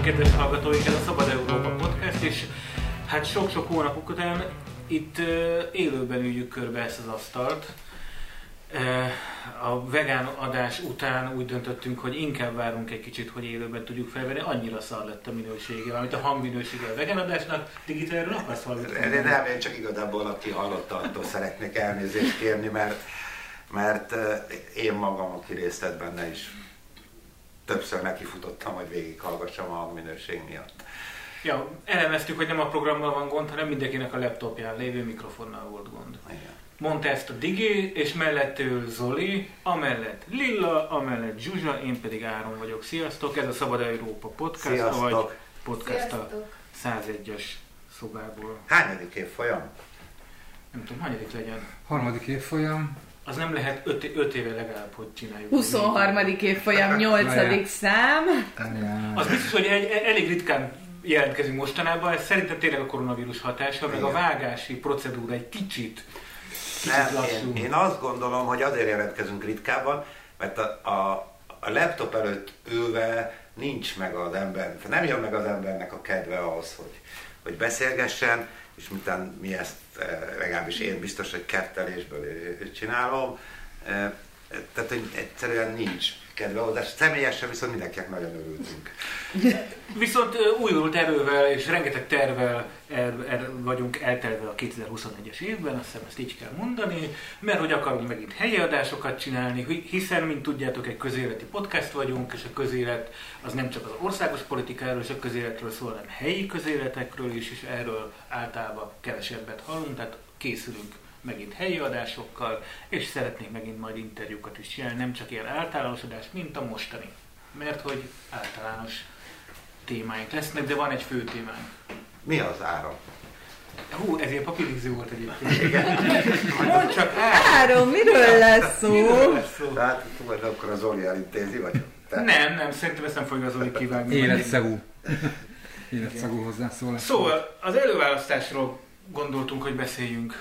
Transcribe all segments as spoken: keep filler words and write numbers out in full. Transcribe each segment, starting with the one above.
kedves hallgatóink, ez a Szabad Európa Podcast, és hát sok-sok hónapok után itt uh, élőben üljük körbe ezt az asztalt. Uh, a vegán adás után úgy döntöttünk, hogy inkább várunk egy kicsit, hogy élőben tudjuk felvenni, annyira szar lett a minősége, valamint a hangminősége a vegán adásnak. Digitálról akarsz valamit? Nem, nem, én csak igazából aki hallotta, attól szeretnék elnézést kérni, mert, mert én magam, aki részt vett benne is, többször nekifutottam, hogy végighallgassam a hangminőség miatt. Ja, elemeztük, hogy nem a programmal van gond, hanem mindenkinek a laptopján lévő mikrofonnal volt gond. Igen. Mondta ezt a Digi, és mellett ül Zoli, amellett Lilla, amellett Zsuzsa, én pedig Áron vagyok. Sziasztok, ez a Szabad Európa Podcast, Sziasztok. vagy podcast Sziasztok. a százegyes szobából. Hányadik évfolyam? Nem tudom, hanyadik legyen. Harmadik évfolyam. Az nem lehet öt éve legalább, hogy csináljuk. huszonharmadik évfolyam, nyolcadik szám. Az biztos, hogy egy, elég ritkán jelentkezünk mostanában, ez szerintem tényleg a koronavírus hatása, meg a vágási procedúra egy kicsit, kicsit Nem, lassú. én, én azt gondolom, hogy azért jelentkezünk ritkábban, mert a, a, a laptop előtt ülve nincs meg az ember, nem jön meg az embernek a kedve ahhoz, hogy, hogy beszélgessen, és miután mi ezt, legalábbis én biztos, hogy kettelésből csinálom, tehát hogy egyszerűen nincs kedve hozzá, személyesen viszont mindenkinek nagyon örültünk. Viszont uh, újult erővel és rengeteg tervvel er, er, vagyunk eltelve a kétezer-huszonegyes évben, azt hiszem ezt így kell mondani, mert hogy akarunk megint helyi adásokat csinálni, hiszen, mint tudjátok, egy közéleti podcast vagyunk, és a közélet az nem csak az országos politikáról és a közéletről szól, hanem helyi közéletekről is, és erről általában kevesebbet hallunk, tehát készülünk megint helyi adásokkal, és szeretnék megint majd interjúkat is csinálni, nem csak ilyen általános adás, mint a mostani. Mert hogy általános témáink lesznek, de van egy fő témánk. Mi az Áron? Hú, ez ilyen papíriző volt egyébként. Mondd csak Áron, miről lesz szó? Miről lesz szó? Tehát majd akkor az Zoli elintézi, vagy te? Nem, nem, szerintem ezt nem fogja az Zoli kivágni. Életszagú. Életszagú hozzászólás. Szóval az előválasztásról gondoltunk, hogy beszéljünk.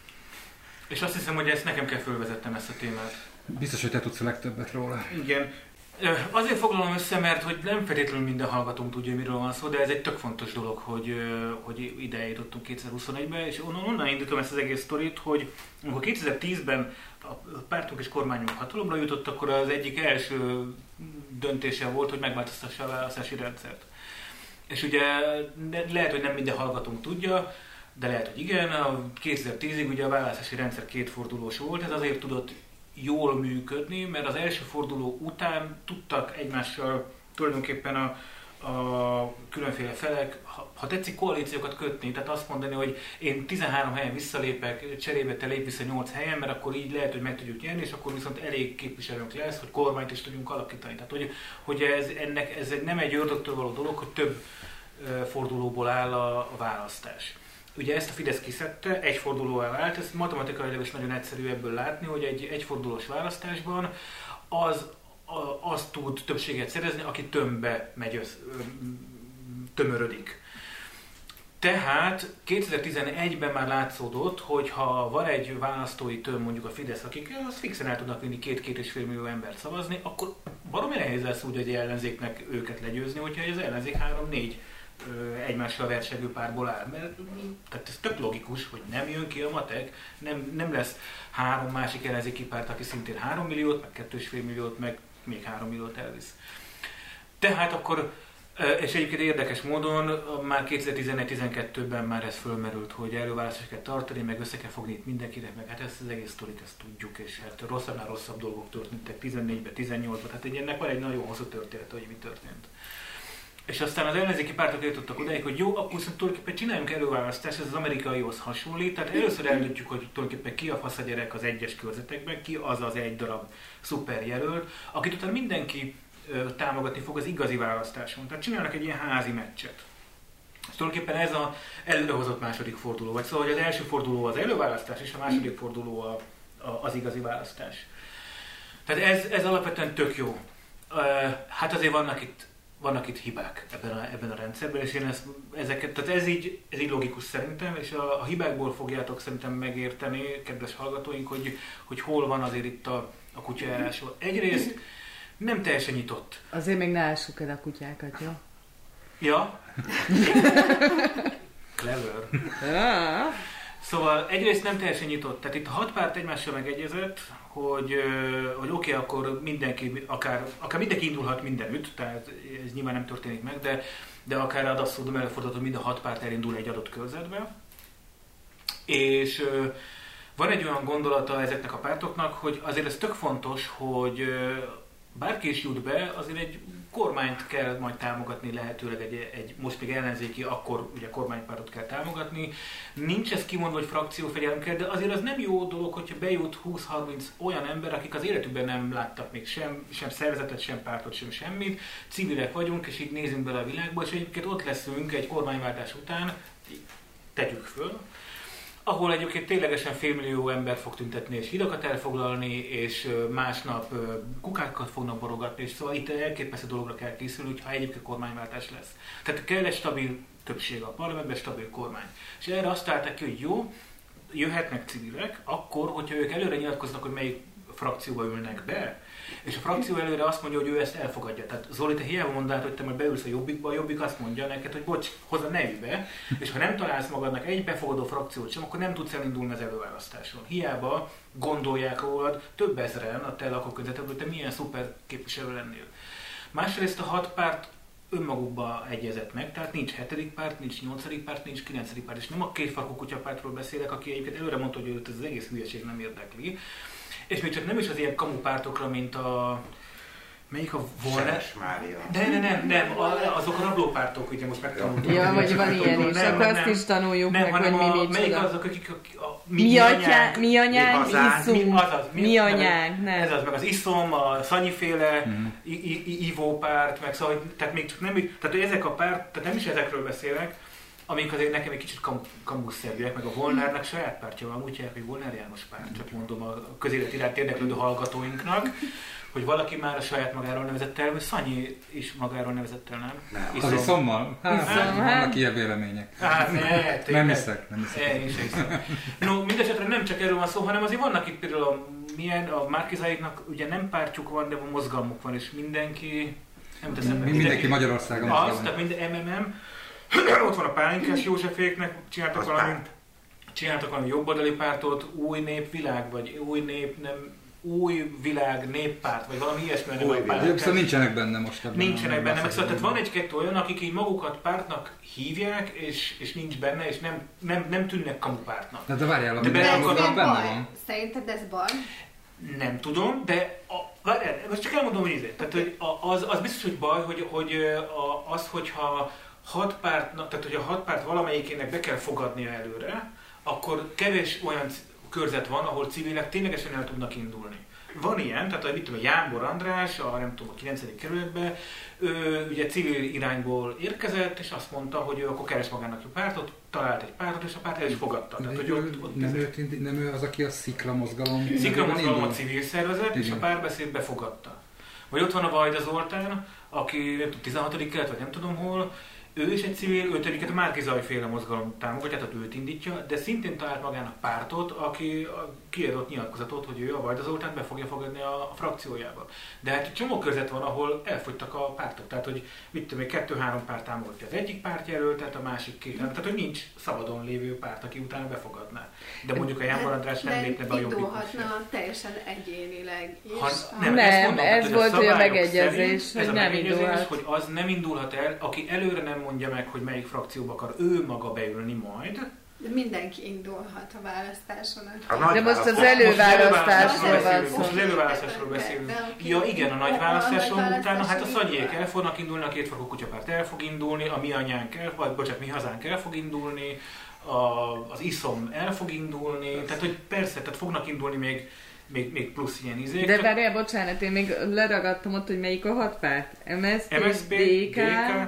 És azt hiszem, hogy ezt nekem kell fölvezetnem ezt a témát. Biztos, hogy te tudsz a legtöbbet róla. Igen. Azért foglalom össze, mert hogy nem feltétlenül minden hallgatónk tudja, miről van szó, de ez egy tök fontos dolog, hogy, hogy ide eljutottunk kétezer-huszonegybe, és onnan, onnan indítom ezt az egész sztorit, hogy amikor kétezer-tízben a pártunk és kormányunk hatalomra jutott, akkor az egyik első döntése volt, hogy megváltoztassa a választási rendszert. És ugye lehet, hogy nem minden hallgatónk tudja, de lehet, hogy igen, a kétezer-tízig ugye a választási rendszer kétfordulós volt, ez azért tudott jól működni, mert az első forduló után tudtak egymással tulajdonképpen a, a különféle felek, ha, ha tetszik, koalíciókat kötni, tehát azt mondani, hogy én tizenhárom helyen visszalépek, cserébe te lép vissza nyolc helyen, mert akkor így lehet, hogy meg tudjuk nyerni, és akkor viszont elég képviselőnk lesz, hogy kormányt is tudjunk alakítani. Tehát, hogy, hogy ez, ennek, ez nem egy ördögtől való dolog, hogy több uh, fordulóból áll a, a választás. Ugye ezt a Fidesz kiszedte, egy fordulóval vált, ez matematikailag is nagyon egyszerű ebből látni, hogy egy egyfordulós választásban az, a, az tud többséget szerezni, aki tömbbe megy, össz, tömörödik. Tehát kétezer-tizenegyben már látszódott, hogy ha van egy választói tömb, mondjuk a Fidesz, akik az fixen el tudnak vinni két-két és fél millió embert szavazni, akkor baromi nehéz lesz úgy egy ellenzéknek őket legyőzni, hogyha az ellenzék három-négy egymással versengő párból áll, mert tehát ez tök logikus, hogy nem jön ki a matek, nem, nem lesz három másik ellenzéki párt, aki szintén három milliót, meg kettő és fél milliót, meg még három milliót elvisz. Tehát akkor, és egyébként érdekes módon már kétezer-tizenegy-tizenkettőben már ez fölmerült, hogy előválasztást kell tartani, meg össze kell fogni itt mindenkinek, meg hát ezt az egész sztorit, ezt tudjuk, és hát rosszabbnál rosszabb dolgok történtek tizennégyben, tizennyolcban, tehát ennek van egy nagyon hosszú történet, hogy mi történt. És aztán az ellenzéki pártok jutottak odáig, hogy jó, akkor viszont tulajdonképpen csináljunk előválasztást, ez az amerikaihoz hasonlít, tehát először eldöntjük, hogy tulajdonképpen ki a fasz a gyerek az egyes körzetekben, ki az az egy darab szuper jelölt, akit utána mindenki ö, támogatni fog az igazi választáson. Tehát csinálnak egy ilyen házi meccset. És tulajdonképpen ez az előrehozott második forduló, vagy szóval, hogy az első forduló az előválasztás, és a második forduló a, a, az igazi választás. Tehát ez, ez alapvetően tök jó. Hát azért vannak itt Vannak itt hibák ebben a, ebben a rendszerben, és én ezt, ezeket, tehát ez így, ez így logikus szerintem, és a, a hibákból fogjátok szerintem megérteni, kedves hallgatóink, hogy, hogy hol van azért itt a, a kutyajárásról. Egyrészt nem teljesen nyitott. Azért még ne ássuk el a kutyákat, jó? Ja. Clever. Ah. Szóval egyrészt nem teljesen nyitott, tehát itt a hat párt egymással megegyezett, hogy, hogy oké, okay, akkor mindenki, akár, akár mindenki indulhat mindenütt, tehát ez nyilván nem történik meg, de, de akár ad azt tudom előfordulhat, hogy mind a hat párt elindul egy adott körzetbe. És van egy olyan gondolata ezeknek a pártoknak, hogy azért ez tök fontos, hogy bárki is jut be, azért egy kormányt kell majd támogatni, lehetőleg egy, egy most még ellenzéki, akkor ugye kormánypártot kell támogatni. Nincs ez kimondva, hogy frakciófegyelem kell, de azért az nem jó dolog, hogyha bejut húsz-harminc olyan ember, akik az életükben nem láttak még sem, sem szervezetet, sem pártot, sem semmit. Civilek vagyunk, és így nézünk bele a világba, és egyébként ott leszünk egy kormányváltás után, tegyük föl, ahol egyébként ténylegesen félmillió ember fog tüntetni és hidakat elfoglalni, és másnap kukákat fognak borogatni, és szóval itt elképesztő dologra kell készülni, ha egyébként kormányváltás lesz. Tehát kell egy stabil többség a parlamentben, stabil kormány. És erre azt találták ki, hogy jó, jöhetnek civilek, akkor, hogyha ők előre nyilatkoznak, hogy melyik frakcióba ülnek be, és a frakció előre azt mondja, hogy ő ezt elfogadja. Tehát Zoli, te hiába mondd, hogy te majd beülsz a Jobbikba, a Jobbik azt mondja neked, hogy bocs, hozzá ne ülj be, és ha nem találsz magadnak egy befogadó frakciót sem, akkor nem tudsz elindulni az előválasztáson. Hiába gondolják rólad több ezren a te lakókörzetedből, hogy te milyen szuper képviselő lennél. Másrészt a hat párt önmagukba egyezett meg, tehát nincs hetedik párt, nincs nyolcadik párt, nincs kilencedik párt, és nem a kétfarkú kutyapártról beszélek, aki egyébként előre mondta, hogy őt ez az egész hülyeség nem érdekli. És még csak nem is az ilyen kamupártokra, mint a... Melyik a Volner? De nem, nem, nem, a, azok a rablópártok, ugye most megtanultuk. Ja, vagy van ilyen is, akkor azt is tanuljuk nem, meg, hogy mi micsoda. Melyik azok, akik a, a mi, mi anyánk, mi anyánk, iszunk, mi, mi anyánk, nem. Ez az, meg az iszom, a Szanyiféle, mm. ivópárt, meg szóval, tehát még csak nem, tehát ezek a párt, tehát nem is ezekről beszélek, amik azért nekem egy kicsit kam- kamuszerűek, meg a Volnernek saját pártja van, úgy hívják, hogy Volner János párt, csak mondom a közélet iránt érdeklődő hallgatóinknak, hogy valaki már a saját magáról nevezett el, vagy Szanyi is magáról nevezett el, nem? Nem. Az iszommal? Hát, Iszom, vannak ilyen vélemények. Hát, ne, nem hiszek, nem hiszek. Én sem hiszem. No, mindesetre nem csak erről van szó, hanem azért vannak itt például a, milyen, a Márki-Záiknak ugye nem pártjuk van, de mozgalmuk van, és mindenki... Nem teszem, mindenki, mindenki Magyarországon az, tehát minden em em em. Ott van a Pálinkás Józseféknek, csináltak valami, csináltak valami jobboldali pártot, új népvilág, vagy új nép, nem, új világ néppárt, vagy valami ilyesmi. Új világ. Szóval nincsenek benne most ebben. Nincsenek benne, meg szóval tehát van egy-kettő olyan, akik így magukat pártnak hívják, és, és nincs benne, és nem, nem, nem tűnnek kamupártnak. De, de várjál, ami de ez benne nem benne baj. van. Szerinted ez baj? Nem tudom, de a, várjál, most csak elmondom, hogy ezért. Tehát hogy az, az biztos, hogy baj, hogy, hogy az, hogyha hat pártnak, tehát hogy a hat párt valamelyikének be kell fogadnia előre, akkor kevés olyan körzet van, ahol civilek ténylegesen el tudnak indulni. Van ilyen, tehát hogy mit tudom, Jámbor András, a nem tudom, a kilencedik kerületben, ő ugye civil irányból érkezett, és azt mondta, hogy ő akkor keres magának egy pártot, talált egy pártot, és a párt el is fogadta. Tehát, hogy ott, ott nem, ő, nem ő az, aki a Szikra mozgalom... Szikra mozgalom a civil szervezet, és a Párbeszéd befogadta. Vagy ott van a Vajda Zoltán, aki nem tudom, tizenhatodik kelet, vagy nem tudom hol, ő is egy civil, őt egyiket a Márki-Zay féle mozgalom támogatja, tehát őt indítja, de szintén talált magának pártot, aki kiadott nyilatkozatot, hogy ő a Vajda Zoltánt be fogja fogadni a frakciójába. De hát egy csomó körzet van, ahol elfogytak a pártok, tehát hogy mit tudom, kettő-három párt támogatja az egyik pártjelöltet, a másik két, tehát hogy nincs szabadon lévő párt, aki utána befogadná. De mondjuk a Jámbor András nem lépne be a Jobbikhoz. Indulhatna teljesen egyénileg is. Ha, nem, nem, nem mondom, ez volt olyan megegyezés, szerint, hogy nem indulhat. Hogy az nem indulhat el, aki előre nem mondja meg, hogy melyik frakcióba akar ő maga beülni majd. De mindenki indulhat a választáson. De most az előválasztásról van szó. Most az előválasztásról beszélünk. Ja igen, a nagy választáson utána, hát a Szanyiék el fognak indulni, a kétfarkú kutyapárt el fog indulni, a Mi Anyánk el, vagy bocsánat, Mi Hazánk el fog indulni, a, az iszom el fog indulni, tehát hogy persze, tehát fognak indulni még Még, még plusz ilyen izék. De várjál, bocsánat, én még leragadtam ott, hogy melyik a hat párt. em es zé pé, em es zé pé, dé ká,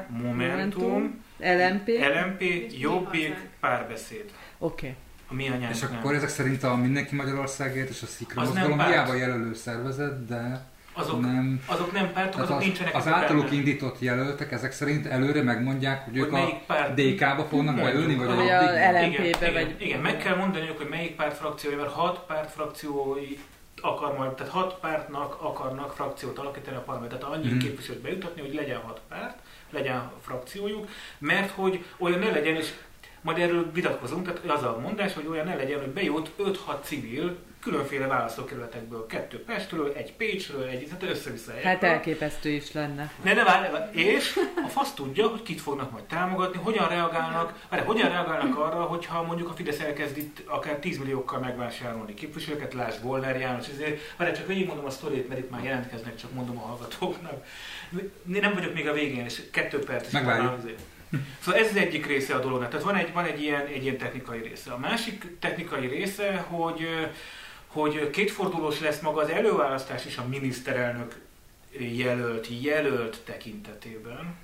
Momentum, el em pé, el em pé, Jobbik, Párbeszéd. Oké. Okay. A Mi Anyánk És nem. akkor ezek szerint a Mindenki Magyarországért és a Szikra az mozgalom hiába jelölő szervezet, de azok nem... Azok nem pártok, azok az, nincsenek. Az általuk indított jelöltek ezek szerint előre megmondják, hogy, hogy ők a párt... dé ká-ba fognak beülni, vagy, vagy a el em pé-be. Igen, vagy... igen, igen, meg kell mondaniuk, hogy melyik párt frakciója, mert hat párt frakciói akar majd, tehát hat pártnak akarnak frakciót alakítani a parlament, tehát annyi mm. képviselőt bejutatni, hogy legyen hat párt, legyen frakciójuk, mert hogy olyan ne legyen, és majd erről vitatkozunk, tehát az a mondás, hogy olyan ne legyen, hogy bejut öt-hat civil, különféle választókerületekből, kettő Pestről, egy Pécsről, egy, tehát össze-vissza. Hát elképesztő is lenne. Ne, ne várj, és a fasz tudja, hogy kit fognak majd támogatni, hogyan reagálnak, várj, hogyan reagálnak arra, hogyha mondjuk a Fidesz elkezd itt akár tíz milliókkal megvásárolni képviselőket, lásd Volner János, ezért, várj, csak végigmondom a sztorit, mert itt már jelentkeznek, csak mondom a hallgatóknak. Nem vagyok még a végén, és kettő perc is megvárjuk. Szóval ez az egyik része a dolognak, tehát van egy, van egy, ilyen, egy ilyen technikai része. A másik technikai része, hogy hogy kétfordulós lesz maga az előválasztás is a miniszterelnök jelölt, jelölt tekintetében.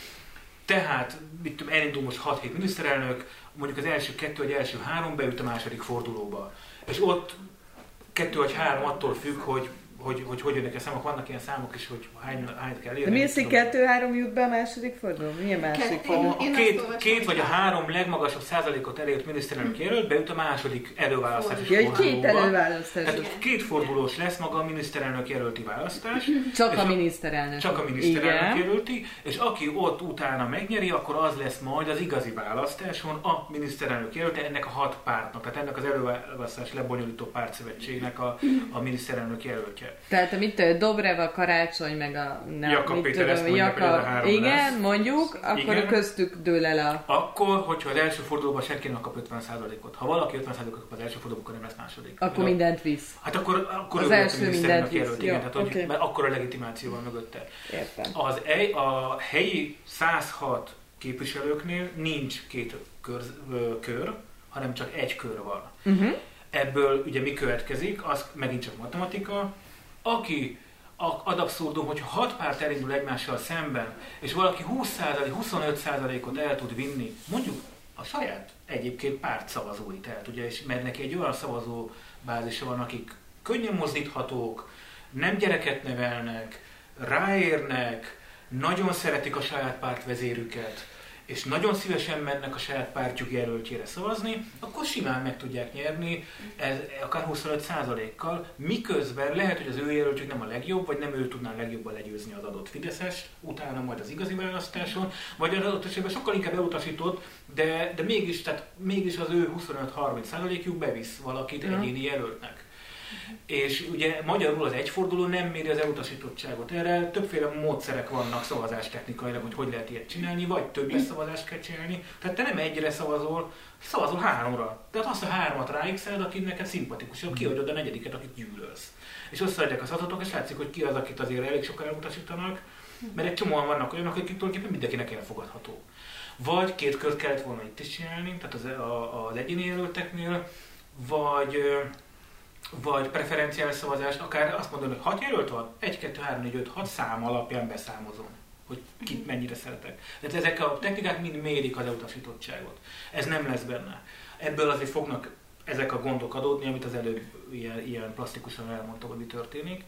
Tehát mit tudom, elindul most hat-hét miniszterelnök, mondjuk az első kettő vagy első három beüt a második fordulóba. És ott kettő vagy három attól függ, hogy hogy, hogy hogy jönnek a számok, vannak ilyen számok is, hogy hány, hány kell érni. De mi az, hogy kettő-három jut be a második forduló? Milyen második forduló? A két, két vagy a három legmagasabb százalékot elért miniszterelnök jelölt beüt a második előválasztási ja, fordulóba. Két előválasztás. Tehát két fordulós lesz maga a miniszterelnök jelölti választás. Csak a miniszterelnök. Csak a miniszterelnök jelölti, és aki ott utána megnyeri, akkor az lesz majd az igazi választáson a miniszterelnök jelölte ennek a hat pártnak, tehát ennek az előválasztás lebonyolító pártszövetségnek a, a miniszterelnök jelöltje. Tehát amit Dobrev, a Karácsony, meg a... Nem, Jakab Péter ezt mondja, Jaka, igen, lesz. Mondjuk, akkor igen. köztük dől el a... Akkor, hogyha az első fordulóban senki nem kap ötven százalékot. Ha valaki ötven százalékot kap az első fordulóban, akkor nem lesz második. Akkor de, mindent visz. Hát akkor, akkor az első mindent visz. Jelölt, igen, tehát, okay. Mert akkor a legitimáció van mögötte. Értem. Az a helyi száz hat képviselőknél nincs két kör, kör hanem csak egy kör van. Uh-huh. Ebből ugye mi következik, az megint csak matematika. Aki ad abszurdum, hogyha hat párt elindul egymással szemben, és valaki húsz százalék, huszonöt százalékot el tud vinni, mondjuk a saját egyébként párt szavazóit el tudja, és mert neki egy olyan szavazó bázisa van, akik könnyen mozdíthatók, nem gyereket nevelnek, ráérnek, nagyon szeretik a saját pártvezérüket, és nagyon szívesen mennek a saját pártjuk jelöltjére szavazni, akkor simán meg tudják nyerni, ez, akár huszonöt százalékkal, miközben lehet, hogy az ő jelöltjük nem a legjobb, vagy nem ő tudná legjobban legyőzni az adott Fideszest, utána majd az igazi választáson, vagy az adott esetben sokkal inkább elutasított, de, de mégis, tehát mégis az ő huszonöt-harminc százalékjuk bevisz valakit mm. egyéni jelöltnek. És ugye magyarul az egyforduló nem méri az elutasítottságot. Erre többféle módszerek vannak szavazástechnikailag, hogy hogy lehet ilyet csinálni, vagy több szavazást kell csinálni. Tehát te nem egyre szavazol, szavazol háromra. Tehát azt a hármat ráixeled, aki neked szimpatikusabb, kiadod a negyediket, akit gyűlölsz. És összeadják a szavazatok, és látszik, hogy ki az, akit azért elég sokan elutasítanak, mert egy csomóan vannak olyanok, akik tulajdonképpen mindenkinek elfogadható. Vagy két kört kellett volna itt is csinálni, tehát az, a, az egyéni jelölteknél, vagy vagy preferenciális szavazást, akár azt mondom, hogy hat jelölt van, egy, kettő, három, négy, öt, hat szám alapján beszámozom, hogy kit mennyire szeretek. Tehát ezek a technikák mind mérik az elutasítottságot. Ez nem lesz benne. Ebből azért fognak ezek a gondok adódni, amit az előbb ilyen, ilyen plastikusan elmondtam, hogy mi történik.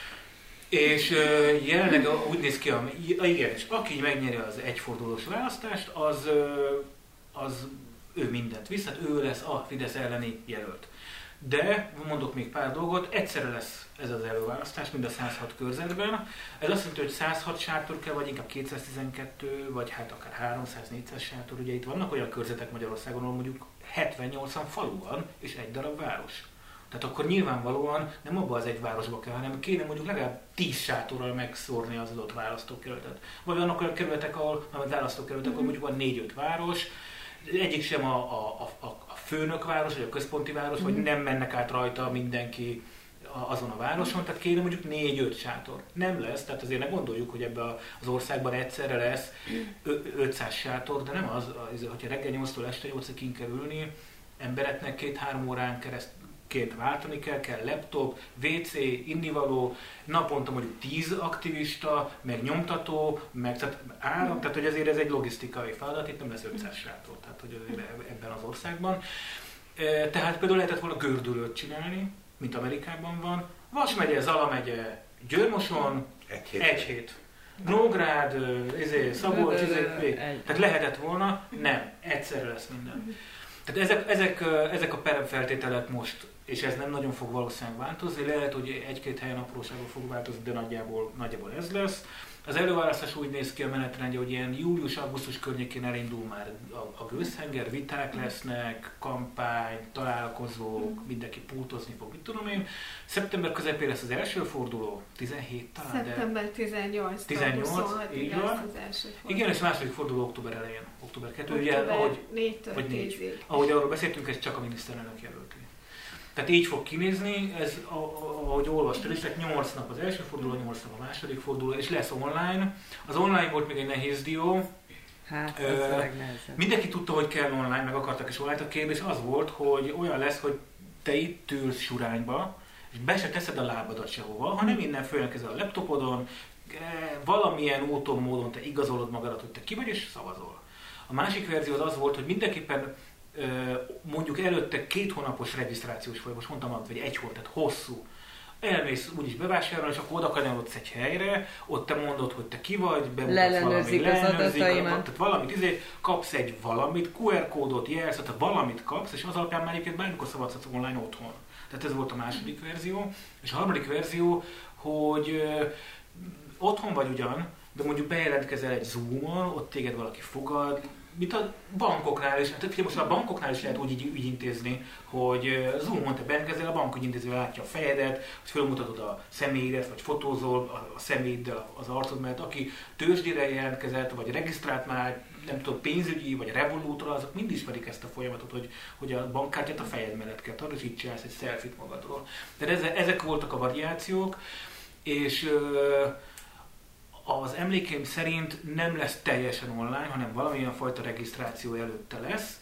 És uh, jelenleg úgy néz ki, a, igen, és aki megnyeri az egyfordulós választást, az, uh, az ő mindent visz, hát ő lesz a Fidesz elleni jelölt. De, mondok még pár dolgot, egyszerre lesz ez az előválasztás, mind a száz hat körzetben. Ez azt jelenti, hogy száz hat sátor kell, vagy inkább kétszáztizenkettő, vagy hát akár háromszáz-négyszáz sátor. Ugye itt vannak olyan körzetek Magyarországon, ahol mondjuk hetven-nyolcvan falu van, és egy darab város. Tehát akkor nyilvánvalóan nem abba az egy városba kell, hanem kéne mondjuk legalább tíz sátorral megszórni az adott választókerületet. Vagy vannak olyan kerületek, ahol, ahol választókerületek, ahol mondjuk van négy-öt város, egyik sem a, a, a, a főnökváros, vagy a központi város, mm. vagy nem mennek át rajta mindenki azon a városon, tehát kéne mondjuk négy-öt sátor. Nem lesz, tehát azért ne gondoljuk, hogy ebben az országban egyszerre lesz ötszáz sátor, de nem az, hogyha reggel nyolctól este nyolcig kint kell ülni, embereknek két-három órán keresztül ként váltani kell, kell laptop, vé cé, innivaló, naponta mondjuk tíz aktivista, meg nyomtató, meg tehát áram, tehát hogy azért ez egy logisztikai feladat, itt nem lesz ötszáz sátor, tehát hogy ebben az országban. Tehát például lehetett volna gördülőt csinálni, mint Amerikában van. Vas megye, Zala megye, Győrmoson, egy hét. Egy hét. Nógrád, izé, Szabolcs, izé, tehát lehetett volna, nem, egyszerre lesz minden. Tehát ezek, ezek, ezek a peremfeltételek most és ez nem nagyon fog valószínűleg változni, lehet, hogy egy-két helyen apróságban fog változni, de nagyjából, nagyjából ez lesz. Az előválasztás úgy néz ki a menetrendje, hogy ilyen július-augusztus környékén elindul már a, a gőzhenger, viták lesznek, kampány, találkozók, mindenki pultozni fog, mit tudom én. Szeptember közepén lesz az első forduló, tizenhét talán, Szeptember tizennyolc. tizennyolc, így van. Az első forduló. Igen, és második forduló október elején, október kettő, Október ugye, ahogy, négytől vagy négy. tízig. Ahogy arról beszéltünk, ez csak a miniszterelnök jelölti. Tehát így fog kinézni, ez, ahogy olvastad is, tehát nyolc nap az első forduló, nyolc nap a második forduló, és lesz online. Az online volt még egy nehéz dió. Hát, Ö, ez a legnehezebb. Mindenki tudta, hogy kell online, meg akartak is online. A kérdés az volt, hogy olyan lesz, hogy te itt ülsz Surányba, és be se teszed a lábadat sehova, hanem innen följelkezel a laptopodon, valamilyen úton, módon te igazolod magadat, hogy te ki vagy, és szavazol. A másik verzió az az volt, hogy mindenképpen mondjuk előtte két hónapos regisztrációs folyam, most mondtam, hogy egy hónap, tehát hosszú. Elmész úgyis bevásárolni, és akkor oda kanyarodsz egy helyre, ott te mondod, hogy te ki vagy, bemutatsz valamit, az adataimat. tehát valamit, izé, kapsz egy valamit, kú er kódot jelsz, tehát valamit kapsz, és az alapján már egyébként bármikor szavazhatsz online otthon. Tehát ez volt a második verzió. És a harmadik verzió, hogy ö, otthon vagy ugyan, de mondjuk bejelentkezel egy Zoomon, ott téged valaki fogad, mint a bankoknál is, tehát most a bankoknál is lehet úgy így, így intézni, hogy Zoomon te bentkezel, a bank úgy intéző látja a fejedet, hogy felmutatod a személyedet, vagy fotózol a, a személyeddel az arcod mellett, aki tőzsdére jelentkezett, vagy regisztrált már, nem tudom, pénzügyi, vagy Revolutra, azok mind ismerik ezt a folyamatot, hogy, hogy a bankkártyát a fejed mellett kell tartani, és így csinálsz egy selfie-t magadról. Tehát ezek, ezek voltak a variációk, és az emlékeim szerint nem lesz teljesen online, hanem valamilyen fajta regisztráció előtte lesz.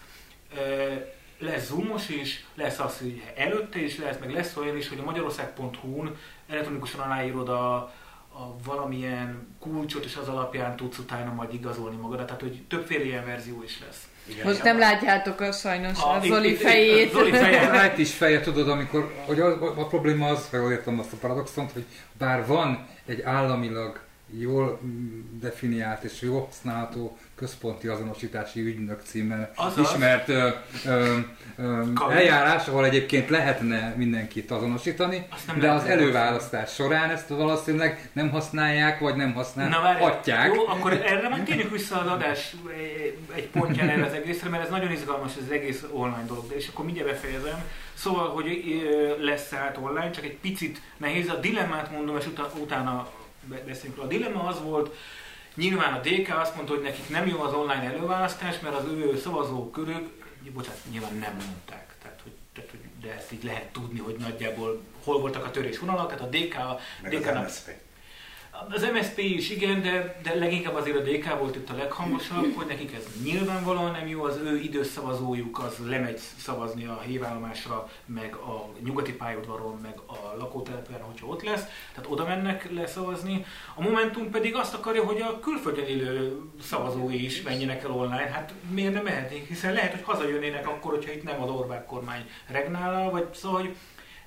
Lesz zoomos is, lesz az, hogy előtte is lesz, meg lesz olyan is, hogy a magyarország pont hu-n elektronikusan aláírod a, a valamilyen kulcsot, és az alapján tudsz utána majd igazolni magadat, tehát hogy többféle ilyen verzió is lesz. Igen. Most nem látjátok a sajnos a, a Zoli itt, fejét. Itt, Zoli feje. A í té-s feje, tudod, amikor hogy a, a, a probléma az, ha jól értem azt a paradoxont, hogy bár van egy államilag jól definiált és jól használható központi azonosítási ügynök címmel Azaz. ismert ö, ö, ö, eljárás, ahol egyébként lehetne mindenkit azonosítani, de az előválasztás során ezt valószínűleg nem használják, vagy nem használhatják. Jó, akkor erre majd térjünk vissza az adás egy pontján erre az egészre, mert ez nagyon izgalmas, ez az egész online dolog, és akkor mindjárt befejezem. Szóval, hogy lesz át online, csak egy picit nehéz, a dilemmát mondom, és utána beszélünk. A dilemma az volt, nyilván a dé ká azt mondta, hogy nekik nem jó az online előválasztás, mert az ő szavazókörök, bocsánat, nyilván nem mondták, tehát, hogy, tehát, hogy, de ezt így lehet tudni, hogy nagyjából hol voltak a törésvonalak, tehát a dé ká... Meg dé ká-nak, az em es zé pé. Az em es zé pé is igen, de, de leginkább azért a dé ká volt itt a leghangosabb, hogy nekik ez nyilvánvalóan nem jó, az ő időszavazójuk az lemegy szavazni a hévállomásra, meg a nyugati pályaudvaron, meg a lakótelepen, hogyha ott lesz, tehát oda mennek leszavazni. A Momentum pedig azt akarja, hogy a külföldön élő szavazói is menjenek el online, hát miért nem mehetnénk, hiszen lehet, hogy hazajönnének akkor, hogyha itt nem az Orbán kormány regnálna, vagy szóval, hogy,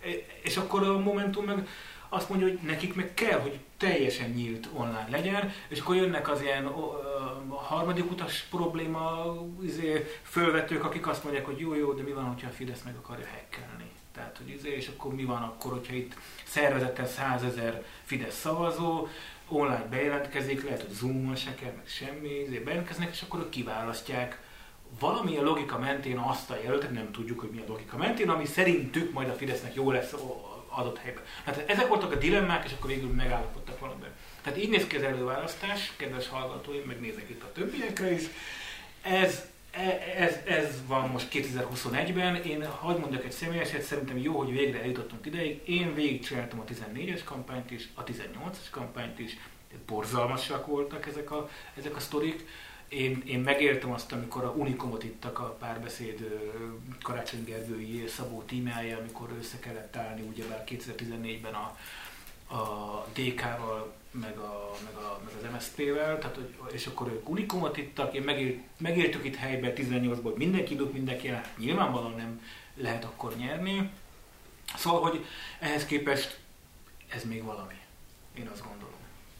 és akkor a Momentum meg azt mondja, hogy nekik meg kell, hogy teljesen nyílt online legyen, és akkor jönnek az ilyen o, a harmadik utas probléma izé, fölvetők, akik azt mondják, hogy jó, jó, de mi van, hogyha a Fidesz meg akarja hackelni. Tehát, hogy izé, és akkor mi van akkor, hogyha itt szervezetten százezer Fidesz szavazó, online bejelentkezik, lehet, hogy Zoom-on se kell, meg semmi, izé, bejelentkeznek, és akkor ők kiválasztják valamilyen logika mentén azt a jelöltet, nem tudjuk, hogy mi a logika mentén, ami szerintük majd a Fidesznek jó lesz adott helyben. Hát ezek voltak a dilemmák, és akkor végül megállapodtak valamiben. Tehát így néz ki az előválasztás, kedves hallgatóim, megnézek itt a többiekre is. Ez, ez, ez van most kétezer-huszonegyben. Én hadd mondjak egy személyeset, szerintem jó, hogy végre eljutottunk ideig. Én végigcsináltam a tizennégyes kampányt is, a tizennyolcas kampányt is. Borzalmasak voltak ezek a, ezek a sztorik. Én, én megéltem azt, amikor a Unikomot ittak a Párbeszéd Karácsony Gergői Szabó tímjája, amikor össze kellett állni ugyebár kétezer-tizennégyben a, a dé ká-val, meg, a, meg, a, meg az em es zé pé-vel, tehát, és akkor ők Unikomot ittak, én megél, megéltük itt helyben tizennyolcból, hogy mindenki időt mindenki, hát nyilvánvalóan nem lehet akkor nyerni. Szóval, hogy ehhez képest ez még valami, én azt gondolom.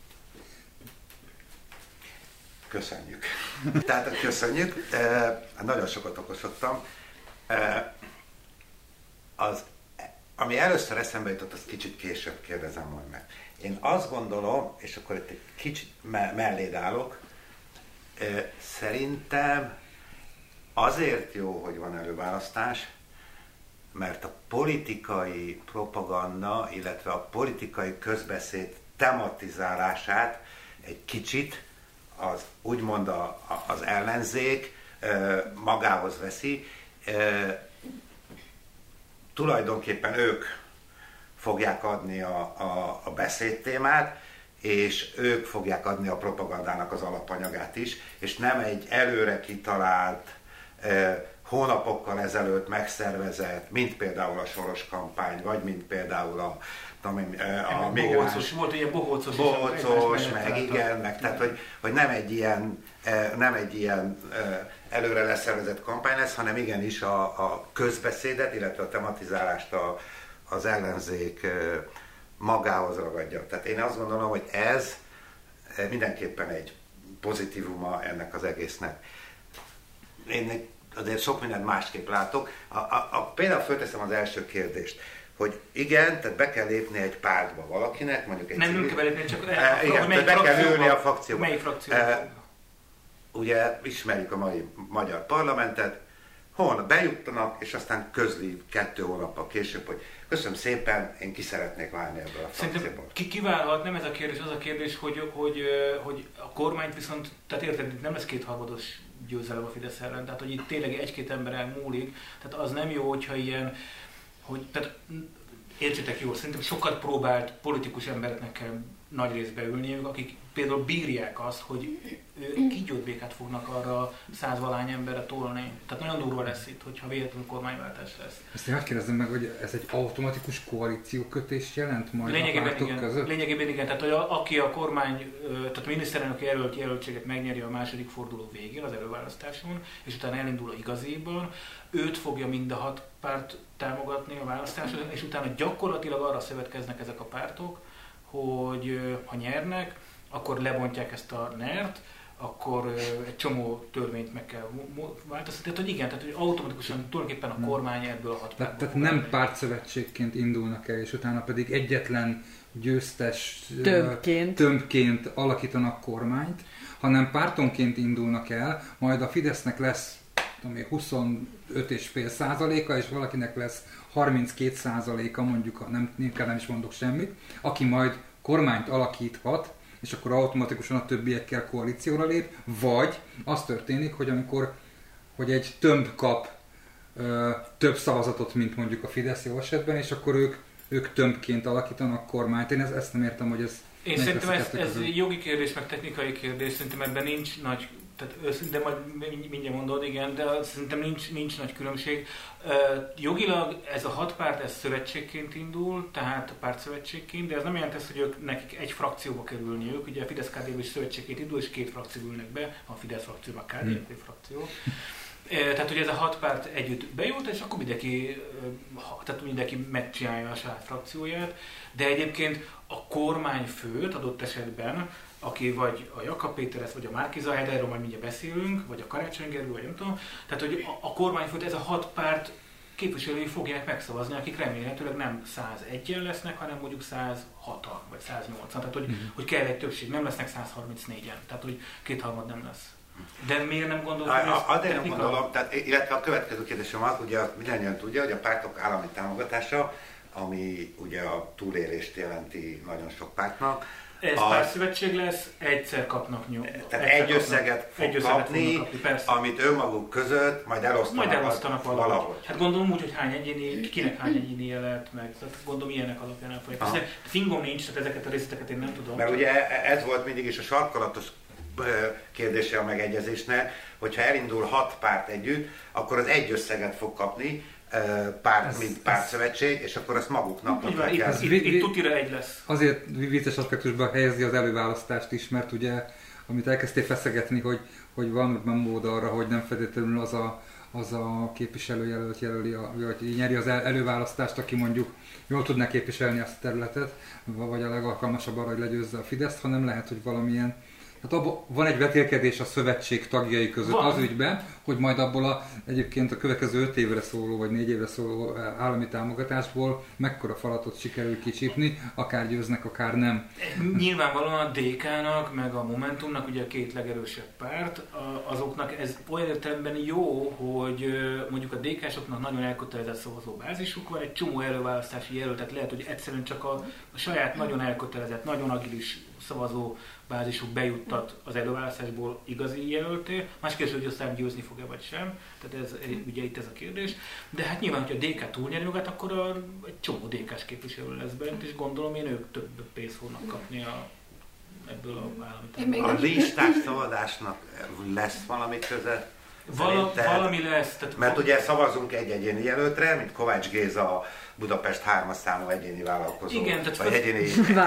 Köszönjük. Tehát köszönjük. E, nagyon sokat okosodtam. E, az ami először eszembe jutott, azt kicsit később kérdezem majd meg. Én azt gondolom, és akkor itt egy kicsit me- melléd állok, szerintem azért jó, hogy van előválasztás, mert a politikai propaganda, illetve a politikai közbeszéd tematizálását egy kicsit az úgymond a, a, az ellenzék magához veszi. Tulajdonképpen ők fogják adni a, a, a beszédtémát, és ők fogják adni a propagandának az alapanyagát is, és nem egy előre kitalált, eh, hónapokkal ezelőtt megszervezett, mint például a Soros kampány, vagy mint például a, tudom, eh, a migráns... Volt ilyen bohócos, bohócos meg igen, meg tehát, hogy, hogy nem egy ilyen, eh, nem egy ilyen eh, előre leszervezett kampány lesz, hanem igenis a, a közbeszédet, illetve a tematizálást a, az ellenzék eh, magához ragadja. Tehát én azt gondolom, hogy ez mindenképpen egy pozitívuma ennek az egésznek. Én azért sok mindent másképp látok. A, a, a, például fölteszem az első kérdést, hogy igen, tehát be kell lépni egy pártba valakinek, mondjuk egy nem civil... Nem kell belépni, csak e, igen, tehát be kell ülni a fakcióba. Melyik frakcióba? E, ugye ismerjük a mai magyar parlamentet, holnap bejuttanak, és aztán közli kettő hónappal később, hogy köszönöm szépen, én ki szeretnék válni ebből a frakcióból. Ki kiválhat, nem ez a kérdés, az a kérdés, hogy, hogy, hogy a kormányt viszont, tehát érted, nem lesz kétharmados győzelem a Fidesz ellen, tehát hogy itt tényleg egy-két emberen múlik, tehát az nem jó, hogyha ilyen, hogy, tehát értsétek jól, szerintem sokat próbált politikus embereknek kell nagy részbe ülniük, akik például bírják azt, hogy kígyódbékát fognak arra százvalány emberre tolni. Tehát nagyon durva lesz itt, hogyha véletlenül kormányváltás lesz. Ezt én azt kérdezem meg, hogy ez egy automatikus koalíciókötés jelent majd lényegében a pártok igen, között? Lényegében igen, tehát hogy a, aki a kormány, tehát a miniszterelnök jelölt jelöltséget megnyeri a második forduló végén, az előválasztáson, és utána elindul a igaziban, őt fogja mind a hat párt támogatni a választáson, és utána gyakorlatilag arra szövetkeznek ezek a pártok, hogy ha nyernek, akkor lebontják ezt a nert, akkor egy csomó törvényt meg kell változtatni. Tehát, hogy igen, tehát hogy automatikusan tulajdonképpen a kormány ebből a hat Tehát, tehát nem pártszövetségként indulnak el, és utána pedig egyetlen győztes tömbként. tömbként alakítanak kormányt, hanem pártonként indulnak el, majd a Fidesznek lesz tudom, huszonöt egész öt százaléka, és valakinek lesz harminckét százaléka, mondjuk, nem, inkább nem is mondok semmit, aki majd kormányt alakíthat, és akkor automatikusan a többiekkel koalícióra lép, vagy az történik, hogy amikor hogy egy tömb kap ö, több szavazatot, mint mondjuk a Fidesz jó esetben, és akkor ők, ők tömbként alakítanak kormányt. Én ezt, ezt nem értem, hogy ez... Én szerintem ez, ez jogi kérdés, meg technikai kérdés, szerintem ebben nincs nagy, tehát de majd mindjárt mondod, igen, de szerintem nincs, nincs nagy különbség. Uh, jogilag ez a hat párt, ez szövetségként indul, tehát pártszövetségként, de ez nem jelent ezt, hogy ők nekik egy frakcióba kerülniük. Ugye a Fidesz-ká dé bé is szövetségként indul, és két frakció ülnek be, a Fidesz frakció, a ká dé bé hmm. frakció. Tehát, hogy ez a hat párt együtt bejut, és akkor mindenki, tehát mindenki megcsinálja a saját frakcióját, de egyébként a kormányfőt adott esetben, aki vagy a Jakab Péter lesz, vagy a Márki Zaheda, erről majd mindjárt beszélünk, vagy a Karácsony Gergő, vagy nem tudom, tehát, hogy a, a kormányfőt ez a hat párt képviselői fogják megszavazni, akik remélhetőleg nem százegyen lesznek, hanem mondjuk százhatan, vagy száznyolcan, tehát, hogy, mm-hmm. hogy kell egy többség, nem lesznek százharmincnégyen, tehát, hogy kétharmad nem lesz. De miért nem gondolod, hogy ez Azért nem gondolom, tehát, illetve a következő kérdésem az, ugye mindannyian tudja, hogy a pártok állami támogatása, ami ugye a túlélést jelenti nagyon sok pártnak. Ez az, pártszövetség lesz, egyszer kapnak nyom. Tehát egy összeget fog egy kapni, kapni amit önmaguk között majd elosztanak, majd elosztanak valahogy. valahogy. Hát gondolom úgy, hogy hány egyéni, kinek hány egyéni lett meg. Tehát gondolom ilyenek alapján elfolyik. Persze fingom nincs, tehát ezeket a részleteket én nem tudom. Mert ugye ez volt mindig is a sarkalatos kérdése a megegyezésnek, hogyha elindul hat párt együtt, akkor az egy összeget fog kapni, párt, ez, mint pártszövetség, és akkor azt maguknak meg kell. Itt, itt, itt tutira egy lesz. Azért vicces aspektusban helyezi az előválasztást is, mert ugye, amit elkezdtél feszegetni, hogy, hogy van mód arra, hogy nem feltétlenül az a, az a képviselőjelölt jelöli, a, vagy nyeri az előválasztást, aki mondjuk jól tudná képviselni azt a területet, vagy a legalkalmasabb arra, hogy legyőzze a Fideszt, hanem lehet, hogy valamilyen Hát abban van egy vetélkedés a szövetség tagjai között van. Az ügyben, hogy majd abból a, egyébként a következő öt évre szóló, vagy négy évre szóló állami támogatásból mekkora falatot sikerül kicsípni, akár győznek, akár nem. Nyilvánvalóan a dé ká-nak, meg a Momentumnak, ugye a két legerősebb párt, azoknak ez olyan értelemben jó, hogy mondjuk a dé ká-soknak nagyon elkötelezett szavazóbázisuk van, egy csomó előválasztási jelöltet lehet, hogy egyszerűen csak a, a saját nagyon elkötelezett, nagyon agilis szavazóbázisuk bejuttat az előválasztásból igazi jelölté. Más kérdés, hogy aztán győzni fog-e vagy sem. Tehát ez, ugye itt ez a kérdés. De hát nyilván, hogyha a dé ká túlnyeri magát, akkor a, egy csomó dé ká-s képviselő lesz bent, és gondolom én ők több pénzt fognak kapni a, ebből a állami. A listás szavazásnak lesz valami köze? Vala, valami lesz. Tehát mert ugye szavazunk egy egyéni jelöltre, mint Kovács Géza, a Budapest hármas számú egyéni vállalkozó. Igen, tehát vagy egyéni,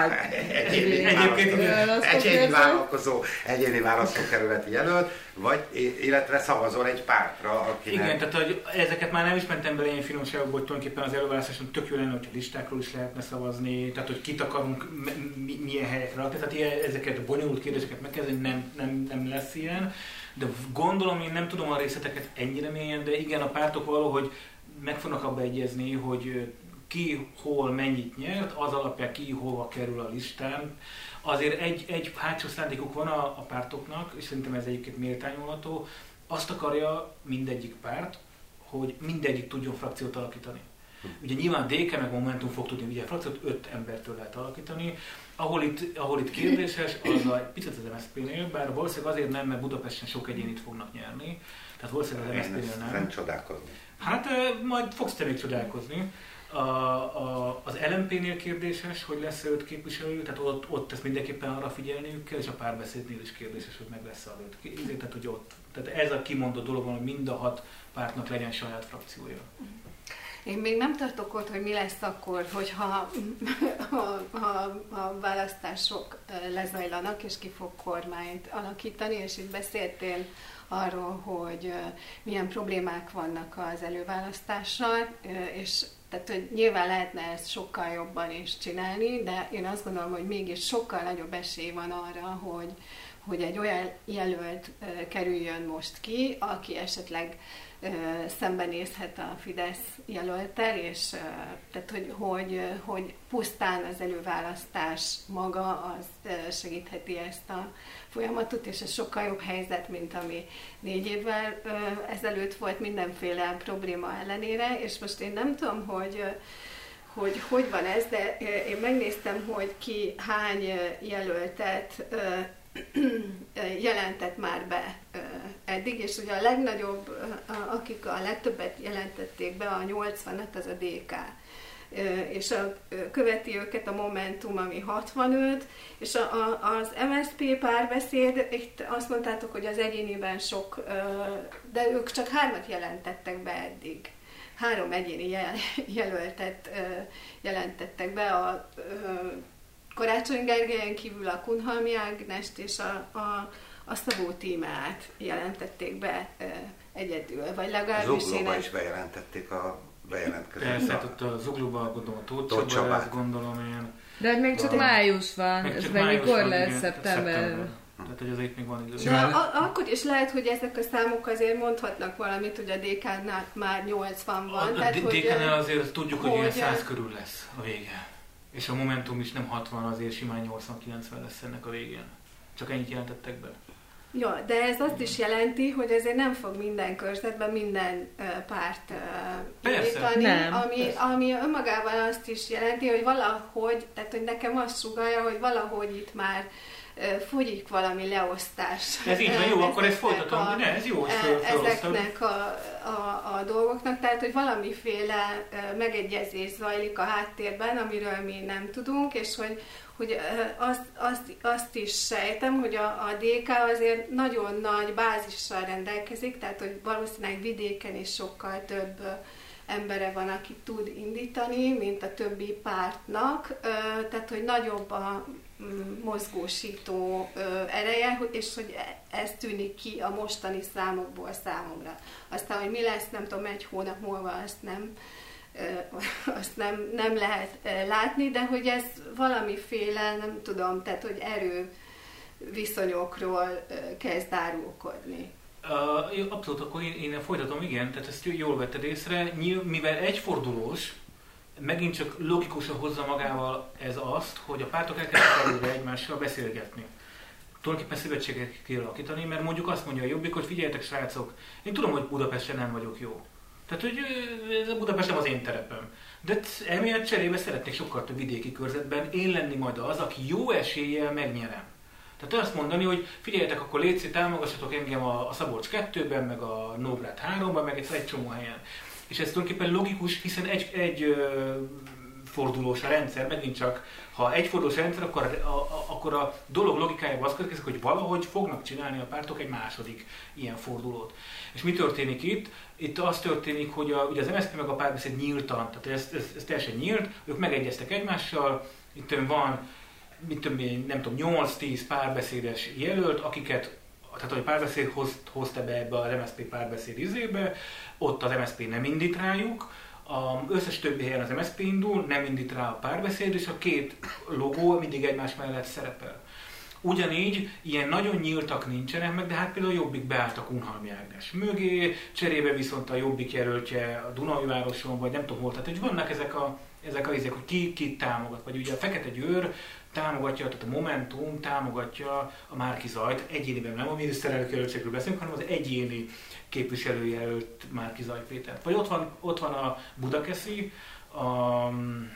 egyéni, egyébként egyéni vállalkozó, egyéni választókerületi jelölt, vagy, illetve szavazol egy pártra, akinek... Igen, tehát hogy ezeket már nem is mentem bele ilyen finomságokba, hogy tulajdonképpen az előválasztáson tök jó lenne, hogyha listákról is lehetne szavazni, tehát hogy kit akarunk mi, milyen helyekre rakni, tehát ilyen, ezeket a bonyolult kérdéseket megkezdeni, nem, nem, nem lesz ilyen. De gondolom, én nem tudom a részleteket ennyire mélyen, de igen, a pártok valahogy meg fognak abba egyezni, hogy ki hol mennyit nyert, az alapján ki hova kerül a listán. Azért egy, egy hátsó szándékuk van a, a pártoknak, és szerintem ez egyébként méltányolható. Azt akarja mindegyik párt, hogy mindegyik tudjon frakciót alakítani. Ugye nyilván dé ká meg Momentum fog tudni, ugye a frakciót öt embertől lehet alakítani. Ahol itt, ahol itt kérdéses, az a picit az em es zé pé-nél, bár valószínűleg azért nem, mert Budapesten sok egyénit fognak nyerni. Tehát valószínűleg az em es zé pé-nél nem. Nem csodálkozni. Hát majd fogsz te még csodálkozni. A, a, az el em pé-nél kérdéses, hogy lesz öt képviselő, tehát ott, ott ezt mindenképpen arra figyelniük kell, és a Párbeszédnél is kérdéses, hogy meg lesz a öt. Tehát, hogy ott, tehát ez a kimondott dolog van, hogy mind a hat pártnak legyen saját frakciója. Én még nem tartok ott, hogy mi lesz akkor, hogyha a, a, a választások lezajlanak, és ki fog kormányt alakítani, és itt beszéltél arról, hogy milyen problémák vannak az előválasztással, és tehát, hogy nyilván lehetne ezt sokkal jobban is csinálni, de én azt gondolom, hogy mégis sokkal nagyobb esély van arra, hogy, hogy egy olyan jelölt kerüljön most ki, aki esetleg szembenézhet a Fidesz jelölttel, és tehát, hogy, hogy, hogy pusztán az előválasztás maga az segítheti ezt a folyamatot, és ez sokkal jobb helyzet, mint ami négy évvel ezelőtt volt mindenféle probléma ellenére, és most én nem tudom, hogy hogy hogy van ez, de én megnéztem, hogy ki hány jelöltet jelentett már be eddig, és ugye a legnagyobb, akik a legtöbbet jelentették be, a nyolcvanöt, az a dé ká. És a, követi őket a Momentum, ami hatvanöt, és a, a, az em es zé pé Párbeszéd, itt azt mondtátok, hogy az egyéniben sok, de ők csak hármat jelentettek be eddig. Három egyéni jel, jelöltet jelentettek be, a Karácsony Gergelyen kívül a Kunhalmi Ágnest és a, a, a Szabó Tímeát jelentették be egyedül, vagy legalábbis Zuglóba is bejelentették a bejelentkezést. Persze, ott a Zuglóba, gondolom, a Tóth Csabát, gondolom én. De még csak május van, meg ez meg mikor lesz, igen, szeptember. szeptember. Tehát, hogy azért még van idő. De a, akkor is lehet, hogy ezek a számok azért mondhatnak valamit, hogy a dé ká-nál már nyolcvan van. A, a dé ká-nál azért tudjuk, hogy, hogy ilyen száz körül lesz a vége. És a Momentum is nem hatvan, azért simán nyolcvan-kilencven lesz ennek a végén. Csak ennyit jelentettek be. Jó, de ez azt is jelenti, hogy ezért nem fog minden körzetben minden uh, párt uh, indítani, ami, ami önmagában azt is jelenti, hogy valahogy, tehát hogy nekem azt sugallja, hogy valahogy itt már uh, fogyik valami leosztás. Ez így van, jó, akkor ezt folytatom, a, ne, ez jó, hogy föl, ezeknek a, a, a dolgoknak, tehát hogy valamiféle uh, megegyezés zajlik a háttérben, amiről mi nem tudunk, és hogy hogy azt, azt, azt is sejtem, hogy a, a dé ká azért nagyon nagy bázissal rendelkezik, tehát hogy valószínűleg vidéken is sokkal több embere van, aki tud indítani, mint a többi pártnak, tehát hogy nagyobb a mozgósító ereje, és hogy ez tűnik ki a mostani számokból számomra. Aztán, hogy mi lesz, nem tudom, egy hónap múlva, azt nem azt nem, nem lehet látni, de hogy ez valamiféle, nem tudom, tehát hogy erő viszonyokról kezd árulkodni. Uh, abszolút, akkor én, én folytatom, igen, tehát ezt jól vetted észre, mivel egyfordulós, megint csak logikusan hozza magával ez azt, hogy a pártok elkezdenek előre egymással beszélgetni. Tulajdonképpen szövetséget kialakítani, mert mondjuk azt mondja a Jobbik, hogy figyeljetek srácok, én tudom, hogy Budapesten nem vagyok jó. Tehát, hogy ez Budapest nem az én terepem. De emiatt cserébe szeretnék sokkal több vidéki körzetben én lenni majd az, aki jó eséllyel megnyerem. Tehát azt mondani, hogy figyeljetek, akkor létszi, támogassatok engem a, a Szabolcs kettőben, meg a Nógrád háromban, meg egy csomó helyen. És ez tulajdonképpen logikus, hiszen egy, egy ö, fordulós a rendszer, megint csak, ha egy fordulós a rendszer, akkor a, a, akkor a dolog logikájában az következik, hogy valahogy fognak csinálni a pártok egy második ilyen fordulót. És mi történik itt? Itt az történik, hogy a, ugye az em es zé pé meg a Párbeszéd nyíltan, tehát ez, ez, ez teljesen nyílt, ők megegyeztek egymással, itt van, mit tudom én, nem tudom, nyolc-tíz párbeszédes jelölt, akiket, tehát hogy a Párbeszéd hoz, hozta be ebbe az em es zé pé Párbeszéd izébe, ott az em es zé pé nem indít rájuk, az összes többi helyen az em es zé pé indul, nem indít rá a Párbeszéd, és a két logó mindig egymás mellett szerepel. Ugyanígy ilyen nagyon nyíltak nincsenek meg, de hát például a Jobbik beállt a Kunhalmi Ágnes mögé, cserébe viszont a Jobbik jelöltje a Dunaújvároson, vagy nem tudom hol, tehát hogy vannak ezek a, ezek a izék, hogy ki kit támogat, vagy ugye a Fekete Győr támogatja, tehát a Momentum támogatja a Márki-Zajt, egyéniben nem a miniszterelnök jelöltségről beszélünk, hanem az egyéni képviselőjelölt Márki-Zaj Péter. Vagy ott van, ott van a Budakeszi, a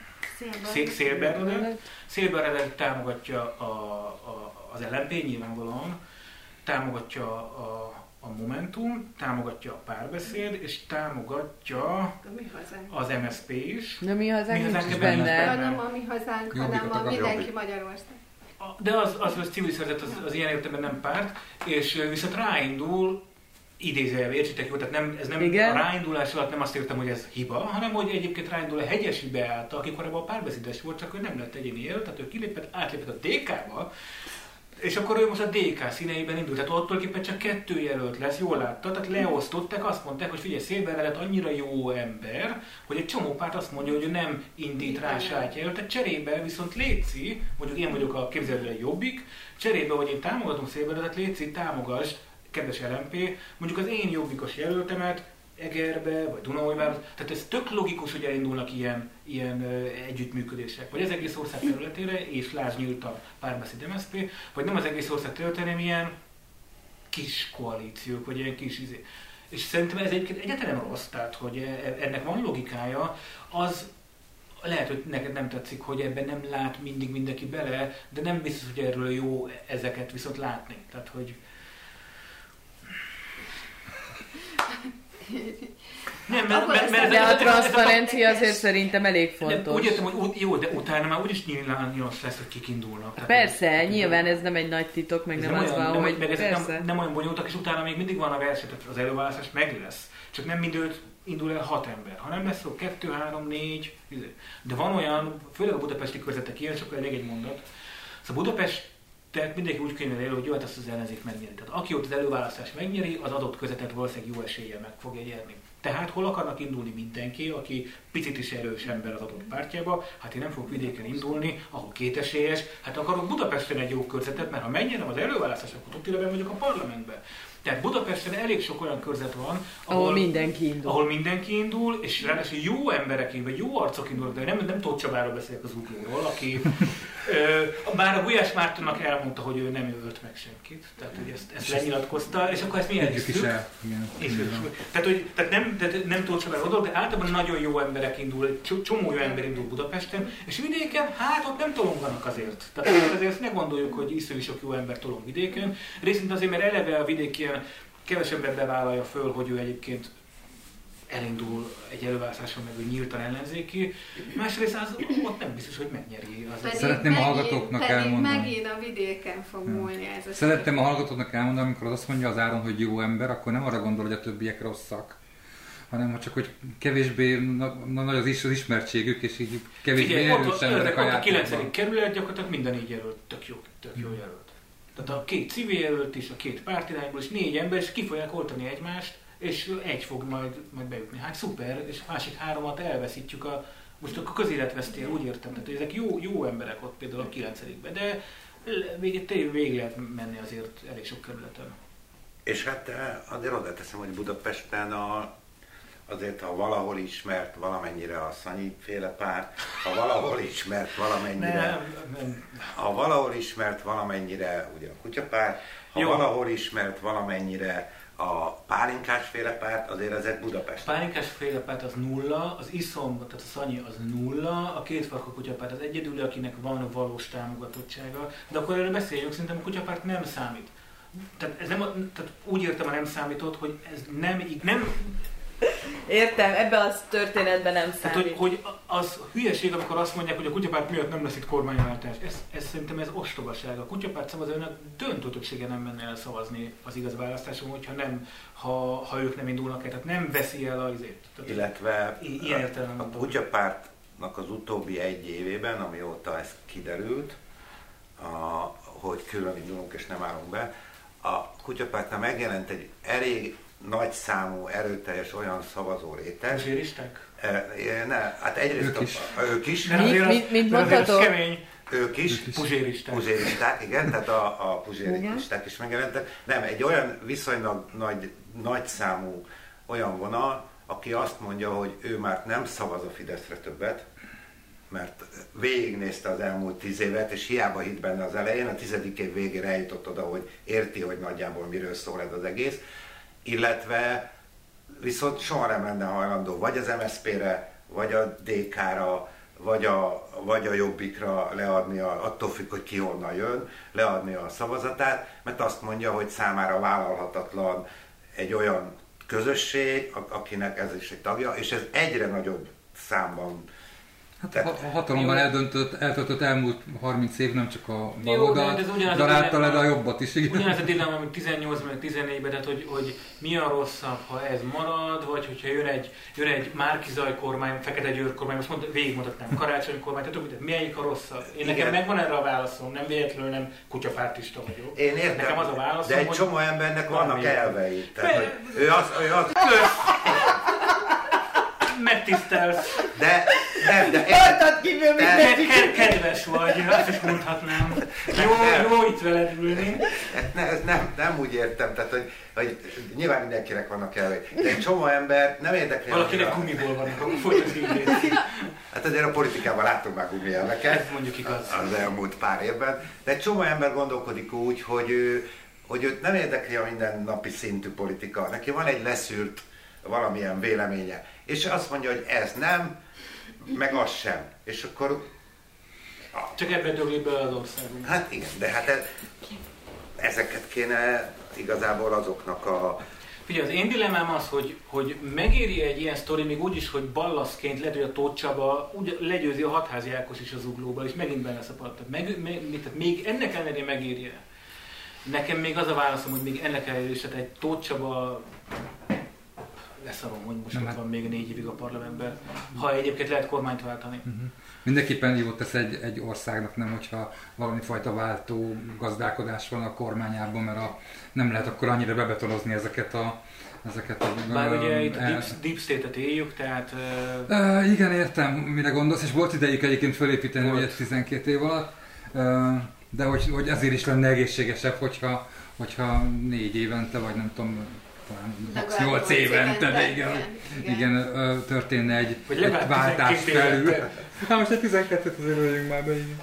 Szél Bernadett. Szél Bernadett támogatja a, a, az el em pé nyilvánvalóan, támogatja a, a Momentum, támogatja a Párbeszéd, és támogatja az em es zé pé is. De mi hazánk mi nincs benne. benne. Nem a mi hazánk, hanem a Mindenki Magyarország. De az, az, az civil szervezet, az, az ilyen értelemben nem párt, és viszont ráindul, idézőjelben, értsétek jó, tehát nem, ez nem igen. A ráindulás alatt nem azt értem, hogy ez hiba, hanem hogy egyébként ráindul a Hegyesi Beáta, aki korábban a Párbeszédes volt, csak ő nem lett egyéni jelölt, tehát ő kilépett, átlépett a dé ká-ba, és akkor ő most a dé ká színeiben indult, tehát ott tulajdonképpen csak kettő jelölt lesz, jól látta, tehát leosztották, azt mondták, hogy figyelj, Szél Bernadett annyira jó ember, hogy egy csomó párt azt mondja, hogy ő nem indít rá saját jelöltet, cserébe viszont létszi, mondjuk én vagyok a képzelőre Jobbik, cserébe, hogy én támogatom Szél Bernadett, létszi, támogasd, kedves el em pé, mondjuk az én jobbikos jelöltemet Egerbe, vagy Dunaújváros, tehát ez tök logikus, hogy elindulnak ilyen, ilyen ö, együttműködések, vagy az egész ország területére, és lásd nyílt a Párbeszéd em es zé pé, vagy nem az egész ország területére, hanem ilyen kis koalíciók, vagy ilyen kis izé. És szerintem ez egyébként egyáltalán nem rossz, tehát hogy ennek van logikája, az lehet, hogy neked nem tetszik, hogy ebben nem lát mindig mindenki bele, de nem biztos, hogy erről jó ezeket viszont látni. Tehát, hogy nem, mert, mert, mert, de ez, a transzparencia azért szerintem elég fontos. Nem, úgy értem, hogy jó, de utána már úgyis nyilvános lesz, hogy kik indulnak. Tehát persze, ez, nyilván ez nem egy nagy titok, meg nem az van, hogy meg persze. Nem, nem olyan bonyolultak, és utána még mindig van a verseny, tehát az előválasztás meg lesz. Csak nem mindőt indul el hat ember, hanem lesz szó kettő, három, négy, de van olyan, főleg a budapesti körzetek ilyen, csak még egy mondat. Szóval Budapest tehát mindenki úgy könyvel elő, hogy jó, hát azt az ellenzék megnyeri. Tehát aki ott az előválasztás megnyeri, az adott közetet valószínűleg jó eséllyel meg fogja nyerni. Tehát hol akarnak indulni mindenki, aki picit is erős ember az adott pártjába, hát én nem fogok vidéken indulni, ahol kétesélyes, hát akarok Budapesten egy jó körzetet, mert ha megnyerem az előválasztás, akkor ott ide vagyok a parlamentbe. Tehát Budapesten elég sok olyan körzet van, ahol, ahol mindenki indul. Ahol mindenki indul, és ráadásul jó emberek, vagy jó arcok indulnak, de nem, nem Tóth Csabáról beszélek az uglóról, aki ö, már a Gulyás Mártonnak elmondta, hogy ő nem ölt meg senkit, tehát hogy ezt, ezt lenyilatkozta, és akkor ezt mi elhisztük. Tehát, hogy, tehát nem, tehát nem Tóth Csabáról oldal, de általában nagyon jó emberek indul, csomó jó ember indul Budapesten, és vidéken, hát ott nem tolonganak azért. Tehát azért ezt ne gondoljuk, hogy iszonyú sok jó ember tolong vidéken, részint azért, mert eleve a vidéki kevesebben bevállalja föl, hogy ő egyébként elindul egy előválasztáson, meg ő nyíltan ellenzéki. Másrészt az ott nem biztos, hogy megnyeri. Az pedig Szeretném megint, a hallgatóknak pedig elmondani. megint a vidéken fog múlni ez a Szeretném a hallgatóknak elmondani, amikor azt mondja az Áron, hogy jó ember, akkor nem arra gondol, hogy a többiek rosszak, hanem csak, hogy kevésbé na, na, nagy az, is, az ismertségük, és így kevésbé erős emberek a játékban. A kilencedik kerület gyakorlatilag minden így jelölt, tök jó, tök jó jelölt. Tehát a két civil jelölt is, a két pártirányból, és négy ember, és ki fogják oltani egymást, és egy fog majd, majd bejutni. Hát szuper, és a másik háromat elveszítjük a... Most a közéletvesztél, úgy értem, tehát ezek jó, jó emberek ott például a kilencedikben, de Végig tényleg végig lehet menni azért elég sok kerületen. És hát azért oda teszem, hogy Budapesten a, azért, ha valahol ismert valamennyire a Szanyi féle pár, ha valahol ismert valamennyire, nem, nem. ha valahol ismert valamennyire ugye a kutyapár, ha Jó. valahol ismert valamennyire a pálinkás féle párt, azért ezek Budapest. A pálinkás féle párt az nulla, az iszom, tehát a Szanyi az nulla, a kétfarkú kutyapárt az egyedül, akinek van valós támogatottsága, de akkor erről beszéljünk, szerintem a kutyapárt nem számít. Tehát, ez nem, tehát úgy értem, a nem számított, hogy ez nem, így nem... Értem, ebben az történetben nem számít. Tehát, hogy, hogy az hülyeség, amikor azt mondják, hogy a kutyapárt miatt nem lesz itt kormányváltás. Ez, ez szerintem ez ostobaság. A kutyapárt szavazóinak döntő többsége nem menne el szavazni az igaz választáson, hogyha nem, ha, ha ők nem indulnak el. Tehát nem veszi el az izét. Tehát illetve ilyen értelemben a, a kutyapártnak az utóbbi egy évében, amióta ez kiderült, a, hogy külön indulunk és nem állunk be, a kutyapártnál megjelent egy elég nagy számú, erőteljes olyan szavazó réteg. Puzséristák? E, ne, hát egyrészt ők is. A, a, ők is. Mi, mi, mit mondhatok? Ők is. Puzséristák. Puzséristák, igen, tehát a, a puzséristák is megjelentek. Nem, egy olyan viszonylag nagy, nagy számú olyan vonal, aki azt mondja, hogy ő már nem szavaz a Fideszre többet, mert végignézte az elmúlt tíz évet, és hiába hitt benne az elején, a tizedik év végére eljutott oda, hogy érti, hogy nagyjából miről szól ez az egész, illetve viszont soha nem lenne hajlandó vagy az em es zé pé-re, vagy a dé ká-ra, vagy a, vagy a Jobbikra leadni, a, attól függ, hogy ki honnan jön, leadni a szavazatát, mert azt mondja, hogy számára vállalhatatlan egy olyan közösség, akinek ez is egy tagja, és ez egyre nagyobb számban. Hát a hatalomban eldöntött, eltöltött elmúlt harminc év nem csak a baloldalt, darálta le, de a jobbat is. Igen. Ugyanez a dilemma, mint tizennyolcban, meg tizennégyben, tehát hogy, hogy mi a rosszabb, ha ez marad, vagy hogyha jön egy, jön egy Márki-Zay kormány, Fekete Győr kormány, most mond, végigmondhatnám, Karácsony kormány, tehát melyik a rosszabb? Én igen. Nekem megvan erre a válaszom, nem véletlenül nem kutyapártista vagyok. Én értem, nekem az a válaszom, de egy hogy csomó embernek vannak elvei. Tehát, hogy ő az, ő az... Megtisztelsz. De, nem, de... Tartad kívül mindenki! Kedves vagy, azt is mondhatnám. Jó, jó itt veled ülni. Ne, ez nem, nem úgy értem, tehát hogy, hogy nyilván mindenkinek vannak elvei. De egy csomó ember nem érdekli... Valakinek gumiból vannak, akkor folytatjuk. Hát azért a politikában látunk már gumielveket. Ez mondjuk igaz. Az elmúlt pár évben. De egy csomó ember gondolkodik úgy, hogy ő, hogy őt nem érdekli a mindennapi szintű politika. Neki van egy leszűrt valamilyen véleménye. És azt mondja, hogy ez nem, meg az sem. És akkor... Csak ebben döglik bele az országunk. Hát igen, de hát ez, ezeket kéne igazából azoknak a... Figyelj, az én dilemmám az, hogy, hogy megéri egy ilyen sztori, még úgy is, hogy ballaszként lehet, hogy a Tóth Csaba úgy legyőzi a Hatházi Ákos is az Zuglóba, és megint benne szapadt. Meg, meg, még ennek ellenére megéri. Nekem még az a válaszom, hogy még ennek ellenére is, tehát egy Tóth Csaba... leszarom, hogy most ott van még négy évig a parlamentben, ha egyébként lehet kormányt váltani. Uh-huh. Mindenképpen jót tesz egy, egy országnak, nem, hogyha valami fajta váltó gazdálkodás van a kormányában, mert a, nem lehet akkor annyira bebetonozni ezeket a... Ezeket a Bár uh, ugye itt a deep, deep state-et éljük, tehát... Uh... Uh, igen, értem, mire gondolsz, és volt idejük egyébként felépíteni ugye tizenkét év alatt, uh, de hogy, hogy ezért is lenne egészségesebb, hogyha, hogyha négy évente, vagy nem tudom, nyolc évente, de igen, igen, igen, történne egy, egy váltás felül. Hát most egy tizenkettőt azért vagyunk már be, igen.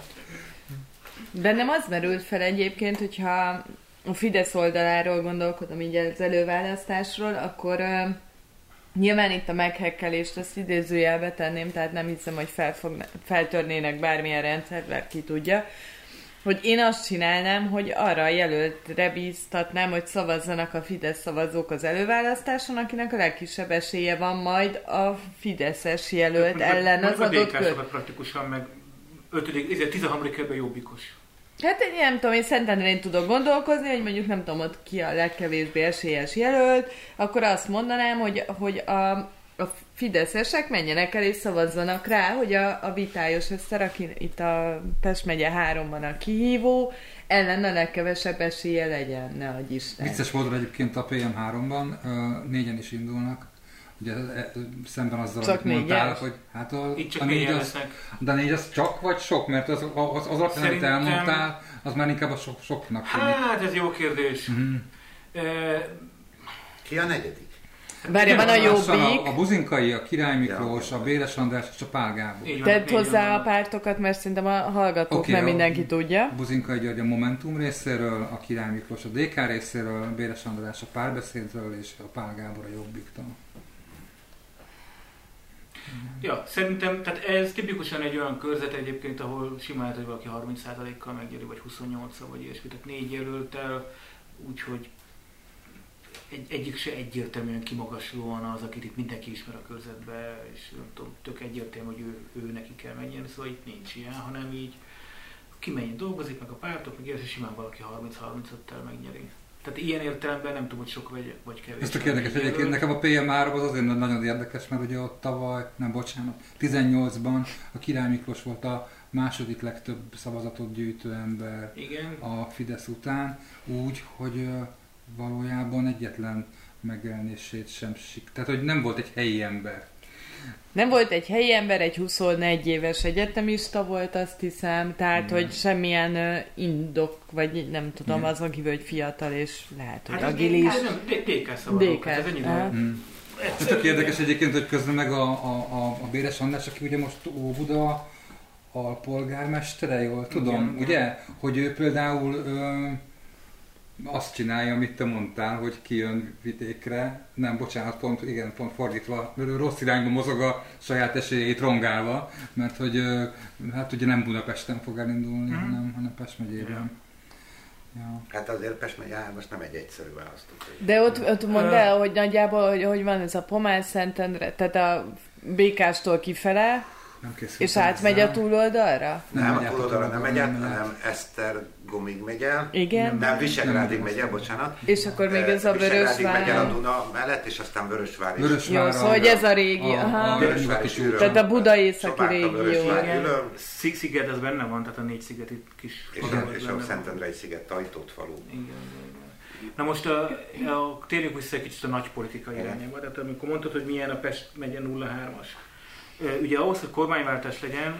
Bennem az merült fel egyébként, hogyha a Fidesz oldaláról gondolkodom így az előválasztásról, akkor uh, nyilván itt a meghekkelést azt idézőjelbe tenném, tehát nem hiszem, hogy felfogna, feltörnének bármilyen rendszert, mert ki tudja. Hogy én azt csinálnám, hogy arra a jelöltre bíztatnám, hogy szavazzanak a Fidesz szavazók az előválasztáson, akinek a legkisebb esélye van majd a fideszes jelölt hát, ellen az adott kör. Praktikusan meg ötödik, tizenharmadik körben jobbikos. Hát én nem tudom, én Szentendrén tudok gondolkozni, hogy mondjuk nem tudom ott ki a legkevésbé esélyes jelölt, akkor azt mondanám, hogy, hogy a, a fideszesek menjenek el és szavazzanak rá, hogy a, a Vitályos Eszter, aki itt a Pest megye háromban a kihívó, ellen a legkevesebb esélye legyen, ne adj Isten. Vicces módon egyébként a pé em háromban négyen is indulnak, ugye szemben azzal, csak amit mondtál, négyes? hogy hát a, Itt csak a négy az, lesznek. de a négy az csak vagy sok, mert az, az, az alapján, amit Szerintem- elmondtál, az már inkább a sok, soknak tűnik. Hát ez jó kérdés. Mhm. E, Ki a negyedik? Várja, van a Lassan Jobbik. A, a Buzinkai, a Király Miklós, a Béres András és a Pál Gábor. így van, Tedd négy hozzá van. a pártokat, mert szerintem a hallgatók Oké, nem a- mindenki tudja. Buzinkai György a Momentum részéről, a Király Miklós a dé ká részéről, a Béres András a Párbeszédről és a Pál Gábor a Jobbiktól. Ja, szerintem, tehát ez tipikusan egy olyan körzet egyébként, ahol simán lehet, hogy valaki harminc százalékkal megnyeri, vagy huszonnyolc vagy ilyesmi, tehát négy jelöltel, úgyhogy egy, egyik se egyértelműen kimagaslóan az, akit itt mindenki ismer a körzetbe, és nem tudom, tök egyértelmű, hogy ő, ő neki kell megnyerni, szóval itt nincs ilyen, hanem így kimenjen dolgozik, meg a pártok, meg és simán valaki harminc-harmincöttel megnyeri. Tehát ilyen értelemben nem tudom, hogy sok vagy, vagy kevés. Ez tök érdekes egyébként, nekem a pé em három az azért nagyon érdekes, mert ugye ott tavaly, nem bocsánat, tizennyolcban a Király Miklós volt a második legtöbb szavazatot gyűjtő ember Igen. a Fidesz után, úgy, hogy ö, valójában egyetlen megjelenését sem sik. Tehát, hogy nem volt egy helyi ember. Nem volt egy helyi ember, egy huszonnégy éves egyetemista volt, azt hiszem, tehát, Igen. hogy semmilyen ö, indok, vagy nem tudom, Igen. azon kívül, hogy fiatal, és lehet, hogy Hát ez agilis. ez nem dé ká szavazók, dé ká. hát ez ennyire. Aha. Mm. Ez tök érdekes egyébként, hogy közben meg a, a, a, a Béres András, aki ugye most Óbuda alpolgármestere, jól tudom, Igen, ugye? igen. Hogy ő például ö, azt csinálja, amit te mondtál, hogy kijön vidékre, nem, bocsánat, pont, igen, pont fordítva, rossz irányba mozog a saját esélyeit rongálva, mert hogy ö, hát ugye nem Budapesten fog elindulni, Mhm. hanem, hanem Pest megyében. Ja. Hát azért Pest megye most nem egy egyszerű választó. De ott, ott mondd el, hogy nagyjából, hogy, hogy van ez a Pomán-Szentendre, tehát a Békástól kifele, Nem készültem és átmegy ezzel. a túloldalra? Nem, nem megy a át túloldalra nem megy át, megy át. hanem Esztergomig megy el. Igen. Nem, Visegrádig Nem. megy el, bocsánat. És akkor még ez a Visegrádig megy el a Vörösvár. Duna mellett, és aztán Vörösvár is. Vörösvár Jó, szóval hogy ez a régi, a, aha. a, a Vörösvár nyugati is csúcs. ülő. Tehát a Buda északi Szobák a régió. Vörösvár Igen. ülő, Sziget sziget az benne van, tehát a négy sziget itt kis és, falu, a, az és benne a van. Szentendrei sziget Tajtót falu. Igen, igen, igen. Na most a, a, térjünk vissza egy kicsit a nagy politikai irányába, tehát amikor mondtad, hogy milyen a Pest megye nulla hármas. Ugye ahhoz, hogy kormányváltás legyen,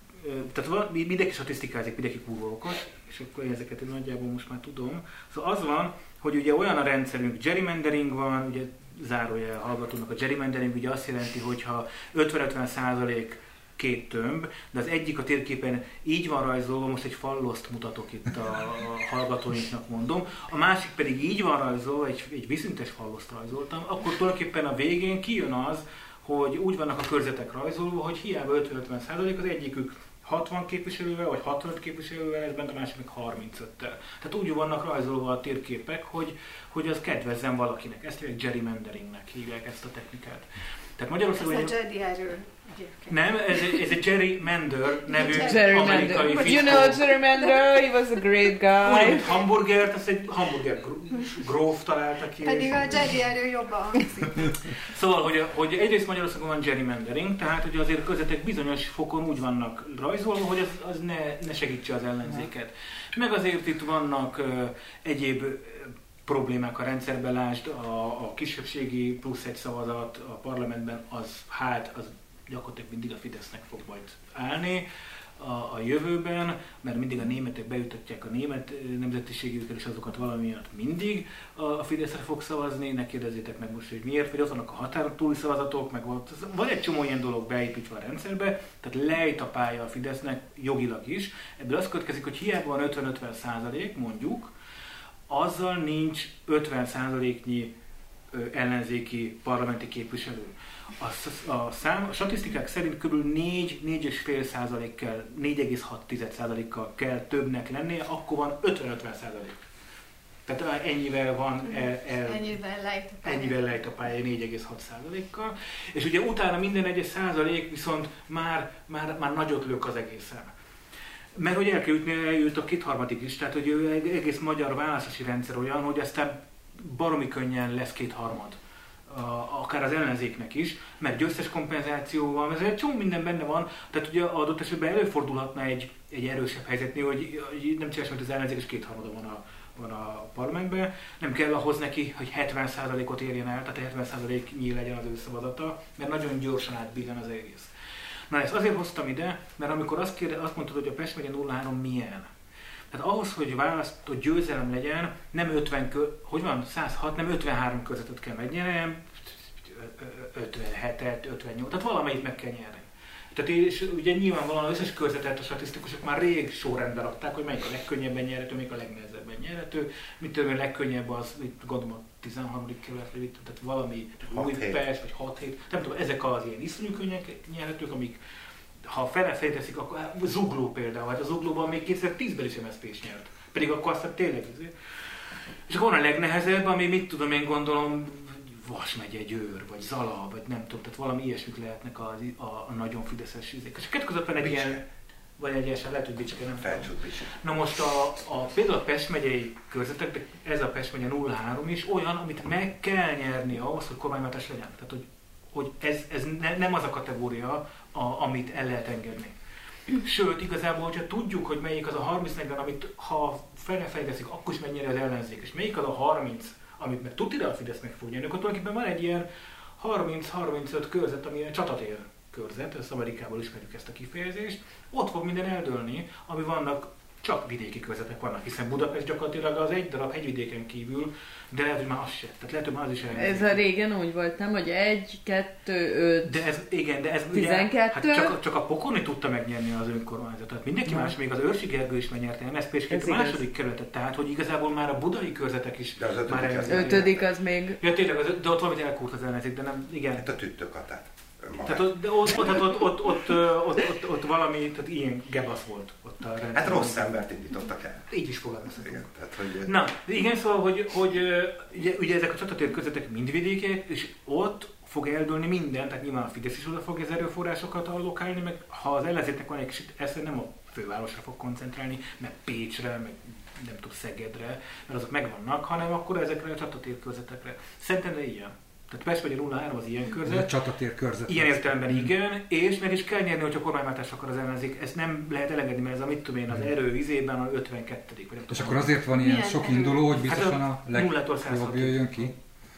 tehát van, mindenki statisztikázik, mindenki kurva okos, és akkor én ezeket én nagyjából most már tudom. Szóval az van, hogy ugye olyan a rendszerünk, gerrymandering van, ugye zárójel hallgatónak a gerrymandering, ugye azt jelenti, hogy ha ötven-ötven százalék két tömb, de az egyik a térképen így van rajzolva, most egy falloszt mutatok itt a, a hallgatóinknak mondom, a másik pedig így van rajzolva, egy, egy viszintes falloszt rajzoltam, akkor tulajdonképpen a végén kijön az, hogy úgy vannak a körzetek rajzolva, hogy hiába ötven-ötven százalék, az egyikük hatvan képviselővel, vagy hatvanöt képviselővel, ez bent a másik meg harmincöttel. Tehát úgy vannak rajzolva a térképek, hogy, hogy az kedvezzen valakinek. Ezt hívják gerrymanderingnek, hívják ezt a technikát. Tehát Magyarországon... Ez a Jedi erő egyébként. Nem, ez egy, ez egy Gerrymander nevű Gerrymander. amerikai But fickó. you know Gerrymander, he was a great Úgy, guy. mint hamburgert, azt egy hamburger gróf találta ki. Pedig a Jedi erő jobban hangzik. Szóval, hogy, hogy egyrészt Magyarországon van gerrymandering, tehát hogy azért közöttek bizonyos fokon úgy vannak rajzolva, hogy az, az ne, ne segítse az ellenzéket. Meg azért itt vannak uh, egyéb uh, problémák a rendszerben, lásd, a, a kisebbségi plusz egy szavazat a parlamentben, az hát, az gyakorlatilag mindig a Fidesznek fog majd állni a, a jövőben, mert mindig a németek bejutatják a német nemzetiségüket, és azokat valami miatt mindig a Fideszre fog szavazni, ne kérdezzétek meg most, hogy miért, vagy ott vannak a határon túli szavazatok, meg volt, van egy csomó ilyen dolog beépítve a rendszerbe, tehát lejt a pálya a Fidesznek jogilag is. Ebből az következik, hogy hiába van ötven-ötven százalék, mondjuk, azzal nincs ötven százaléknyi ellenzéki parlamenti képviselő. A, a, szám, a statisztikák szerint kb. négy-négy egész öt százalék kell, négy egész hat százalékkal kell többnek lennie, akkor van ötven-ötven százalék. Tehát ennyivel van el, el, Ennyivel lejt a pálya. ennyivel lejt a pálya négy egész hat százalékkal. És ugye utána minden egyes százalék viszont már, már, már nagyot lök az egészen. Mert hogy el kell jutni, eljut a kétharmadik is, tehát hogy egész magyar választási rendszer olyan, hogy aztán baromi könnyen lesz kétharmad. Akár az ellenzéknek is, mert győztes kompenzáció van, ez egy csomó minden benne van, tehát ugye adott esetben előfordulhatna egy, egy erősebb helyzetnél, hogy nem csinálsz, mert az ellenzék és kétharmada van a, van a parlamentben, nem kell ahhoz neki, hogy hetven százalékot érjen el, tehát hetven százaléknyi legyen az ő szavazata, mert nagyon gyorsan átbillen az egész. Na ezt azért hoztam ide, mert amikor azt, kérde, azt mondtad, hogy a Pest megye nulla három milyen, tehát ahhoz, hogy választó győzelem legyen, nem ötven, hogy van, száz hat, nem ötvenhárom körzetet kell megnyerni, ötvenhetet, ötvennyolc, tehát valamelyik meg kell nyerni. Tehát és ugye nyilvánvalóan az összes körzetet a statisztikusok már rég sorrendben rakták, hogy melyik a legkönnyebben nyerhető, melyik a legnehezebben nyerhető. Mit tudom, a legkönnyebb az, mit gondolom a tizenharmadik kerületre, tehát valami Újpest, vagy hat hét, nem tudom, ezek az ilyen iszonyú könnyen nyerhetők, amik ha felefejteszik, akkor Zugló például, hát a Zuglóban még kétezer-tízben is em es zé pé-s nyert, pedig akkor aztán tényleg azért. És akkor a legnehezebb, ami mit tudom én gondolom, Vas megye, Győr, vagy Zala, vagy nem tudom, tehát valami ilyesmik lehetnek a, a, a nagyon fideszes ízék. És a kettő között van egy Bicske. Ilyen, vagy egy eset, lehet, hogy Bicske, nem Felcsút Bicske. Na most a, a, például a Pest megyei körzetek, de ez a Pest megye nulla három is olyan, amit meg kell nyerni ahhoz, hogy kormánymentes legyen. Tehát, hogy, hogy ez, ez ne, nem az a kategória, a, amit el lehet engedni. Sőt, igazából, hogyha tudjuk, hogy melyik az a harminc-negyven, amit ha felefejleszik, akkor is megnyeri az ellenzék, és melyik az a harminc, amit meg tudja, a Fidesz meg fog nyerni, akkor tulajdonképpen van egy ilyen harminc-harmincöt körzet, ami ilyen csatatér körzet, ezt Amerikából ismerjük ezt a kifejezést, ott fog minden eldőlni, ami vannak, csak vidéki körzetek vannak, hiszen Budapest gyakorlatilag az egy darab hegyvidéken kívül, de lehet, hogy már az se. Tehát lehet, hogy már az is elmegy. Ez a régen úgy volt, nem? Hogy egy, kettő, öt, de ez, igen, de ez tizenkettő. Ugye, hát csak, csak a Pokorni tudta megnyerni az önkormányzatot. Mindenki más, még az Őrsi Gergő is megnyerte em es zé pé-sként a második kerületet, tehát hogy igazából már a budai körzetek is de az ötödik már az ötödik az még... Ja tényleg, az, de ott valamit elkúrt az ellenzék, de nem, igen. Hát a tüttőkatát. Tehát ott, de ott, ott, ott, ott, ott, ott, ott, ott valami, tehát ilyen gebasz volt ott a rendszer. Hát rossz embert indítottak el. Így is fogalmazhatunk. Igen, tehát, hogy... Na, igen, szóval, hogy, hogy ugye, ugye ezek a csatatér közöttek mind vidékek, és ott fog eldőlni minden, tehát nyilván a Fidesz is oda fog az erőforrásokat allokálni, meg ha az ellenzéknek van egy kicsit esze, nem a fővárosra fog koncentrálni, meg Pécsre, meg nem tudom, Szegedre, mert azok megvannak, hanem akkor ezekre a csatatér közöttekre. Szerintem de ilyen. Tehát Pest megye nulla három az ilyen körzet. Csatatér körzet. Ilyen értelemben igen, és meg is kell nyerni, hogyha kormányváltás akar az ellenzék. Ezt nem lehet elengedni, mert ez a mit tudom én, az erő vizében a ötvenkettedik. Vagy és akkor azért van ilyen sok induló, hogy biztosan hát a legjobb jöjjön ki.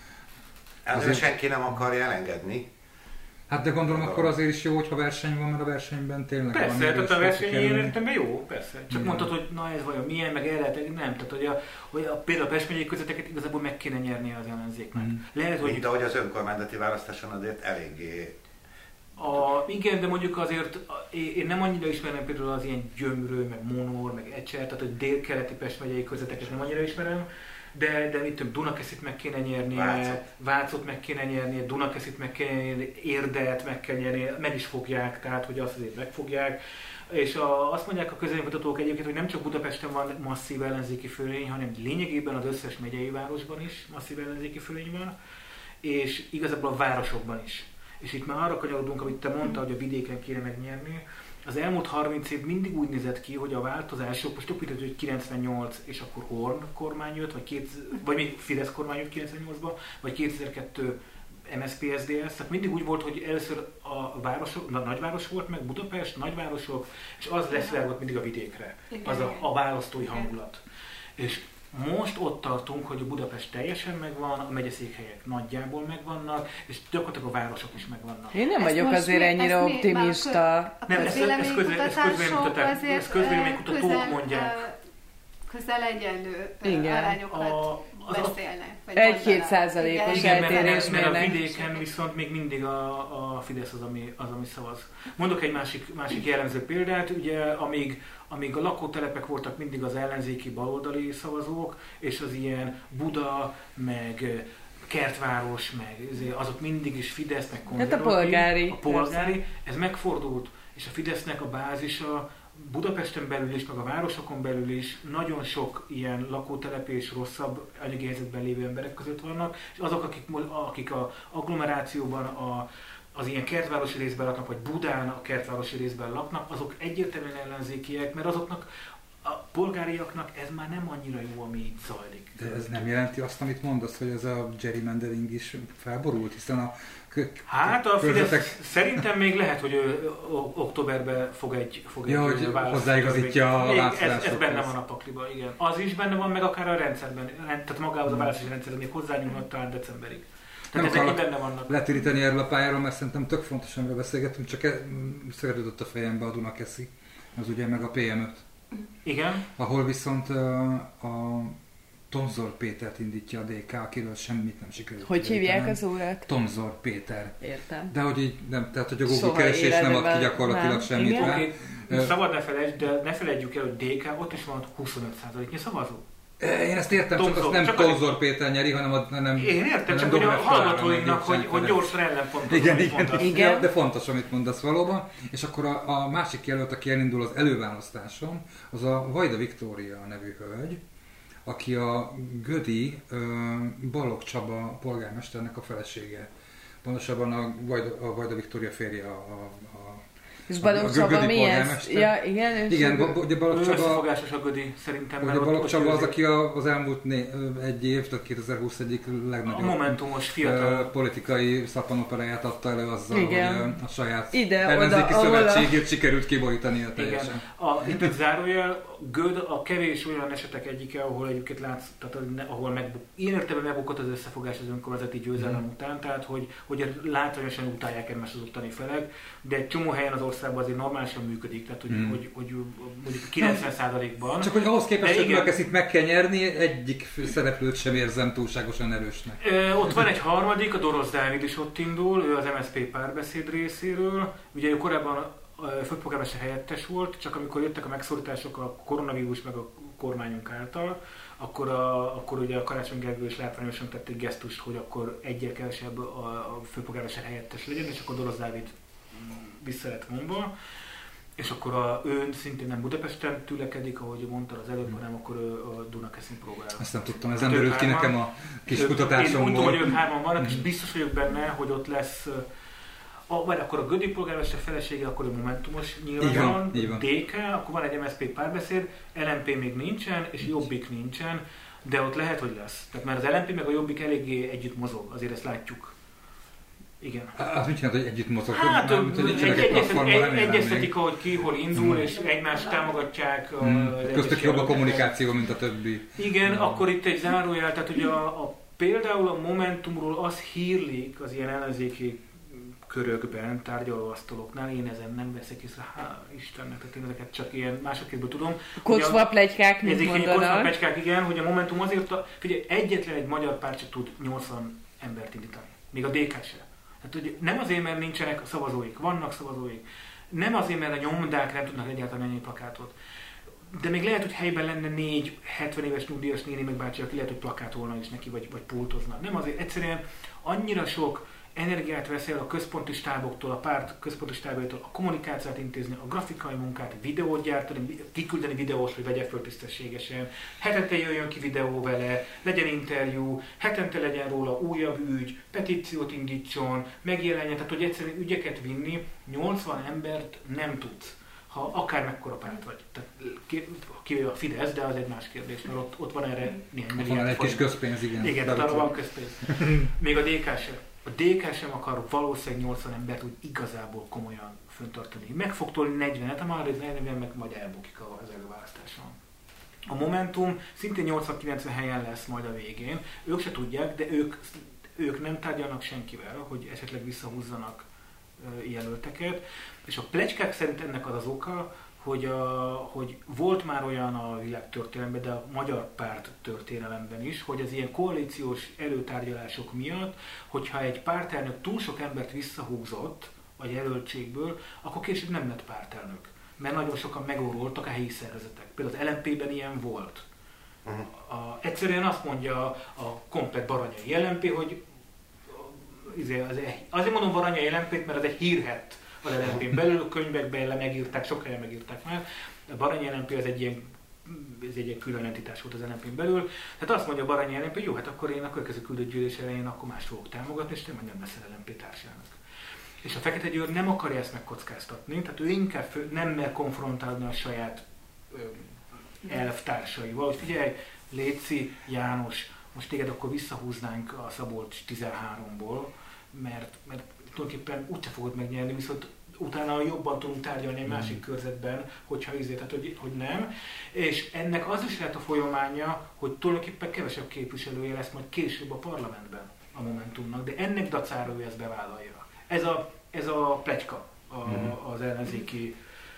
Azért senki nem akarja elengedni. Hát de gondolom akkor azért is jó, hogyha verseny van, mert a versenyben tényleg persze, van. Persze, tehát a verseny ilyen értelemben jó, persze. Csak igen. Mondtad, hogy na ez vajon milyen, meg el lehet, nem. Tehát hogy a, hogy a például a Pest megyei közötteket igazából meg kéne nyernie az ellenzéknek. Mm. Lehet, hogy... Mint ahogy az önkormányzati választáson azért eléggé... A, igen, de mondjuk azért én nem annyira ismerem például az ilyen Gyömrő, meg Monor, meg Ecser, tehát a dél-keleti Pest megyei közötteket nem annyira ismerem. De, de mit tudom, Dunakeszit meg kéne nyernie, Vácot. Vácot meg kéne nyernie, Dunakeszit meg kéne nyernie, Érdet meg kell nyernie, meg is fogják, tehát hogy azt azért megfogják. És a, azt mondják a közvéleménykutatók egyébként, hogy nem csak Budapesten van masszív ellenzéki fölény, hanem lényegében az összes megyei városban is masszív ellenzéki fölény van, és igazából a városokban is. És itt már arra kanyarodunk, amit te mondtad, hogy a vidéken kéne megnyerni. Az elmúlt harminc év mindig úgy nézett ki, hogy a változás, most tök mindegy, hogy kilencvennyolc és akkor Horn kormány jött, vagy, két, vagy még Fidesz kormány jött kilencvennyolcban, vagy kétezer-kettő em es zé pé es dé es, tehát mindig úgy volt, hogy először a városok, a nagyváros volt meg, Budapest, nagyvárosok, és az leszivárgott mindig a vidékre, az a, a választói hangulat. És most ott tartunk, hogy a Budapest teljesen megvan, a megyeszékhelyek nagyjából megvannak, és gyakorlatilag a városok is megvannak. Én nem vagyok azért ennyire optimista. A közvéleménykutatások azért közvéleménykutatók mondják. Közel egyenlő igen. arányokat a, beszélnek. egy-két százalékos eltérés mert a vidéken viszont még mindig a, a Fidesz az ami, az, ami szavaz. Mondok egy másik, másik jellemző példát, ugye amíg, amíg a lakótelepek voltak mindig az ellenzéki baloldali szavazók, és az ilyen Buda, meg Kertváros, meg azok mindig is Fidesz, meg konzervatív. Hát a polgári. A polgári, ez megfordult, és a Fidesznek a bázisa Budapesten belül is, meg a városokon belül is nagyon sok ilyen lakótelep és rosszabb anyagi helyzetben lévő emberek között vannak, és azok, akik, akik a agglomerációban a, az ilyen kertvárosi részben laknak, vagy Budán a kertvárosi részben laknak, azok egyértelműen ellenzékiek, mert azoknak a polgáriaknak ez már nem annyira jó, ami itt zajlik. De ez nem jelenti azt, amit mondasz, hogy ez a gerrymandering is felborult, hiszen a kö- Hát a Fidesz körzetek... szerintem még lehet, hogy ő októberben fog egy fog Ja, egy hogy választ- hozzáigazítja a Még ez, választásokhoz. ez benne van a pakliban, igen. Az is benne van, meg akár a rendszerben, tehát magához a választási rendszerben még hozzányúlhat talán decemberig. Nem Tehát ezek akarok benne vannak. letéríteni erről a pályáról, mert szerintem tök fontos, amiről beszélgetünk, csak e- szögetődött a fejembe a Dunakeszi, az ugye meg a pé em öt. Igen. Ahol viszont uh, a Tonzor Pétert indítja a dé ká, akiről semmit nem sikerült. Hogy hívják kiderítenem. az urat? Tonzor Péter. Értem. De hogy így, nem, tehát hogy a Google Soha keresés nem ad ki életemben gyakorlatilag nem. semmit Igen? rá. Oké, Ö, szabad ne felejtsd, de ne felejtjük el, hogy dé ká, ott is van huszonöt százaléknyi szavazó. Én ezt értem, csak Tonzor, azt nem csak Tonzor Péter nyeri, hanem, a, hanem Én értem, hanem csak hogy a Dobrev Klára, hallgatóinknak, meg hogy, hogy Ferenc. gyorsan ellenpontozom, Igen, amit igen, mondasz. igen. Ja, de fontos, amit mondasz valóban. És akkor a, a másik jelölt, aki elindul az előválasztáson, az a Vajda Viktória nevű hölgy, aki a Gödi uh, Balogh Csaba polgármesternek a felesége. Pontosabban a Vajda, a Vajda Viktória férje a, a, a És a- Balogh a Csaba Gödi mi ez? polgármester. Ja, igen, és Igen, akkor- Bo- ugye Balogh Ő Csaba, összefogásos a Gödi, szerintem. ugye mert ott- Balogh ott Csaba az, győzi. aki a, az elmúlt né, egy év, tehát kétezer-húsz egyik A legnagyobb momentumos ö, fiatal. politikai szappanoperáját adta elő azzal, Igen. hogy ö, a saját Ide, ellenzéki oda, ahol a- szövetségét sikerült kiborítania teljesen. Igen. A, itt egy zárójel, Göd a kevés olyan esetek egyike, ahol egyébként látsz, tehát ne- ahol megbuk, ilyen értelemben megbukott az összefogás az önkormányzati győzelem Mm. után, tehát hogy, hogy látványosan utálják egymást az ottani felek, de egy csomó helyen az országban azért normálisan működik, tehát hogy, Mm. hogy, hogy, mondjuk kilencven százalékban. Csak hogy ahhoz képest, De hogy igen. ezt itt meg kell nyerni, egyik fő szereplőt sem érzem túlságosan erősnek. Ö, ott van egy harmadik, a Dorosz Dávid is ott indul, ő az em es zé pé párbeszéd részéről. Ugye ő korábban a főpolgármester helyettes volt, csak amikor jöttek a megszorítások a koronavírus meg a kormányunk által, akkor, a, akkor ugye a Karácsony Gergely is látványosan tett egy gesztust, hogy akkor egyel kevesebb a, a főpolgármester helyettes legyen, és akkor Dorosz Dávid vissza lett vonva. És akkor a, ő szintén nem Budapesten tülekedik, ahogy mondtad az előbb, hanem akkor ő a Dunakeszin próbál. Ezt nem tudtam, ez Hát nem ők derült ki hárman- nekem a kis Ők- Én mondtam, hogy kutatásomból. ők hárman vannak, és Mhm. biztos vagyok benne, hogy ott lesz, a, vagy akkor a Gödi polgármester felesége, akkor a Momentumos Így van, nyilván, így van. dé ká, akkor van egy em es zé pé párbeszéd, el em pé még nincsen, és Jobbik nincsen, de ott lehet, hogy lesz. Tehát mert az el em pé meg a Jobbik eléggé együtt mozog, azért ezt látjuk. Igen. Az mit csinálod, hogy együtt mozog? Hát, Mármint, hogy egy, nincsenek egy, egy egyeztet, platformon, egy, remélem egyeztetik, még. ahogy ki, hol indul, Mm. és egymást támogatják. a- Mm. az egyes Köztük jobb a jelölteket. kommunikáció, mint a többi. Igen, Mm. akkor itt egy zárójel, tehát ugye a, a, például a Momentumról az hírlik az ilyen ellenzéki körökben, tárgyalóasztaloknál, én ezen nem veszek észre, hál' Istennek, tehát én ezeket csak ilyen másodkézből tudom. Kocsma plegykák, Ez mit egy kocsma mondanak. plegykák, igen, hogy a Momentum azért, a, figyelj, egyetlen egy magyar párt sem tud nyolcvan embert indítani, még a dé ká se. Hát ugye nem azért, mert nincsenek szavazóik, vannak szavazóik, nem azért, mert a nyomdák nem tudnak egyáltalán ennyi plakátot. De még lehet, hogy helyben lenne négy hetven éves nyugdíjas néni meg bácsi, aki lehet, hogy plakátolna is neki, vagy, vagy pultozna. Nem azért, egyszerűen annyira sok energiát vesz el a központi stáboktól, a párt központi stábjaitól, a kommunikációt intézni, a grafikai munkát, videót gyártani, kiküldeni videós, hogy vegye föl tisztességesen, hetente jöjjön ki videó vele, legyen interjú, hetente legyen róla újabb ügy, petíciót indítson, megjelenjen, tehát hogy egyszerűen ügyeket vinni, nyolcvan embert nem tudsz, ha akár mekkora párt vagy. Tehát kivéve a Fidesz, de az egy más kérdés, mert ott, ott van erre néhány Ott milliárd van egy kis forint. közpénz, igen. Igen, tehát arra van közpénz. Még a dé ká sem. A dé ká sem akar valószínűleg nyolcvan embert úgy igazából komolyan föntartani. Meg fog tolni negyvenet, a már negyven meg majd elbukik az előválasztáson. A Momentum szintén nyolcvan-kilencven helyen lesz majd a végén. Ők se tudják, de ők, ők nem tárgyalnak senkivel, hogy esetleg visszahúzzanak ö, jelölteket. És a pletykák szerint ennek az az oka, hogy, a, hogy volt már olyan a világtörténelemben, de a magyar párt történelemben is, hogy az ilyen koalíciós előtárgyalások miatt, hogyha egy pártelnök túl sok embert visszahúzott a jelöltségből, akkor később nem lett pártelnök. Mert nagyon sokan megóroltak a helyi szervezetek. Például az el em pében ilyen volt. Uh-huh. A, egyszerűen azt mondja a komplet baranyai el em pé, hogy azért mondom baranyai el em pét, mert az egy hírhedt az el em pén belül, könyvekben le megírták, sok helyen megírták már. A Baranyi el em pé az egy ilyen, ez egy ilyen külön entitás volt az el em pén belül. Tehát azt mondja a Baranyi el em pé, jó, hát akkor én a következő küldött gyűlés elején akkor más fogok támogatni, és te majd nem leszel el em pé társelnök. És a Fekete Győr nem akarja ezt megkockáztatni, tehát ő inkább fő, nem mer konfrontálni a saját ö, elvtársaival, hogy figyelj, Léci, János, most téged akkor visszahúznánk a Szabolcs tizenháromból, mert, mert tulajdonképpen úgyse fogod megnyerni, viszont utána jobban tudunk tárgyalni egy másik körzetben, hogyha izé, tehát hogy, hogy nem. És ennek az is lehet a folyamánya, hogy tulajdonképpen kevesebb képviselője lesz majd később a parlamentben a Momentumnak, de ennek dacára ő ezt bevállalja. Ez a, ez a pletyka a, az ellenzéki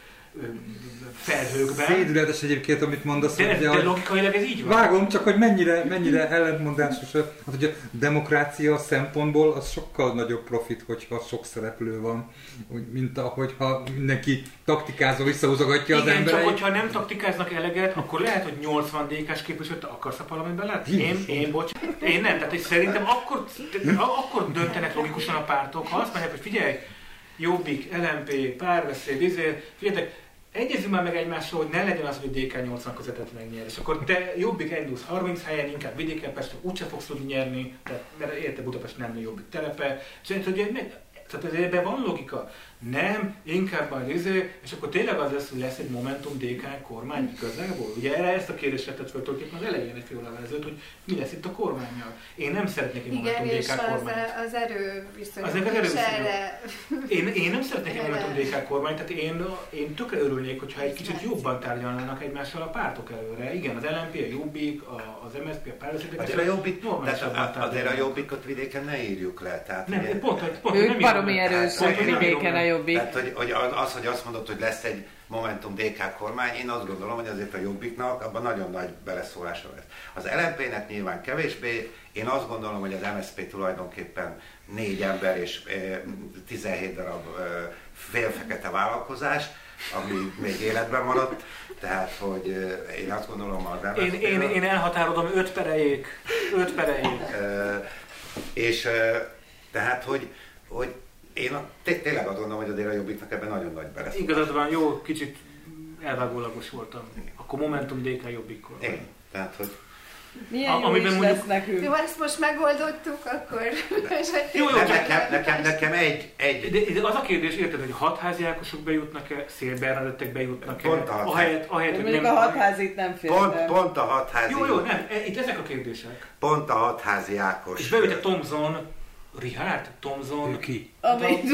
felhőkben. Szédületes egyébként, amit mondasz. De, de hogy logikailag ez így van. Vágom, csak hogy mennyire, mennyire ellentmondásos. Hát, hogy a demokrácia szempontból az sokkal nagyobb profit, hogyha sok szereplő van, mint ahogy ha mindenki taktikázva visszahúzogatja az embereit. Igen, embereit. csak hogyha nem taktikáznak eleget, akkor lehet, hogy nyolcvan dé ká-s képviselőt akarsz a parlamentben látni? Én, én, bocs, én nem. Tehát szerintem akkor, akkor döntenek logikusan a pártok, ha azt mondják, hogy figyelj, Jobbik, el em pé, párbeszéd, izé, figyeljetek, egyezünk már meg egymással, hogy ne legyen az, hogy dé ká nyolcvan közvetet megnyer. És akkor te Jobbik elindulsz harminc helyen, inkább vidéken, Pesten úgyse fogsz tudni nyerni, tehát, mert érte Budapest nem a Jobbik telepe. És hogy meg, tehát ebben van logika. Nem, inkább majd izé, és akkor tényleg az lesz, hogy lesz egy Momentum dé ká kormány közelból. Ugye erre ezt a kérdést vetett föl tulajdonképpen az elején egy fél órával ezelőtt, hogy mi lesz itt a kormánnyal. Én nem szeretnék egy Momentum dé ká kormányt. Igen, és az, az erő viszonyok. Az erő viszonyok. Én, én nem szeretnék egy Momentum dé ká kormányt, tehát én, én tökre örülnék, hogyha egy kicsit jobban tárgyalnának egymással a pártok előre. Igen, az el em pé, a Jobbik, az em es zé pé, a párbeszéd. Azért a Jobbik, azért a Jobbikot vidéken ne írjuk le. Tehát nem, ugye, pont, pont, ők baromi erősek vidéken a Jobbik. Tehát, hogy, hogy az, hogy azt mondod, hogy lesz egy Momentum dé ká kormány, én azt gondolom, hogy azért a Jobbiknak abban nagyon nagy beleszólása lesz. Az el em pének nyilván kevésbé, én azt gondolom, hogy az em es zé pé tulajdonképpen négy ember és tizenhét darab félfekete vállalkozás, ami még életben maradt, tehát, hogy én azt gondolom az em es zé pé... Én, én, én elhatárolom öt perejék, öt perejék. És tehát, hogy, hogy én a, té- tényleg azt gondolom, hogy azért a Jobbiknak ebben nagyon nagy beleszólás. Igazad van, jó, kicsit elvágólagos voltam. Akkor Momentum dé ká Jobbikkor. Igen, tehát, hogy... Milyen a, jó is mondjuk... lesz nekünk. Jó, ezt most megoldottuk, akkor... jó, jó, nem, nekem, nekem, nekem egy... egy... De, de az a kérdés, érted, hogy hatházi Ákosok bejutnak-e, Szél Bernadettek bejutnak-e? Pont a ahelyett, ahelyett, hogy nem... a hatházit nem féltem. Pont, pont a hatházi... Jó, jó, nem, itt ezek a kérdések. Pont a hatházi Ákos... És beülte Thomson, Richard, Thomson... Ő ki? Amit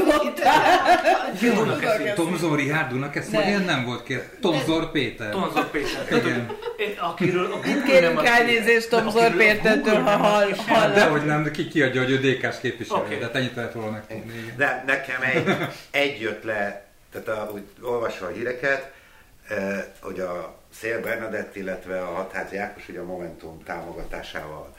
voltál. Thomson, Richard, Dunakeszi, vagy ilyen nem volt kér. Thomson Péter. Thomson Péter. Igen. Akiről a Itt kérünk elnézést Thomson Pétertől, ha hall. Dehogy nem, ki kiadja, hogy ő dé ká-s képviselő, de ennyit lehet volna megtudni. De nekem egy, egy jött le, tehát ahogy olvasva a híreket, hogy a Szél Bernadett, illetve a hatházi Ákos ugye a Momentum támogatásával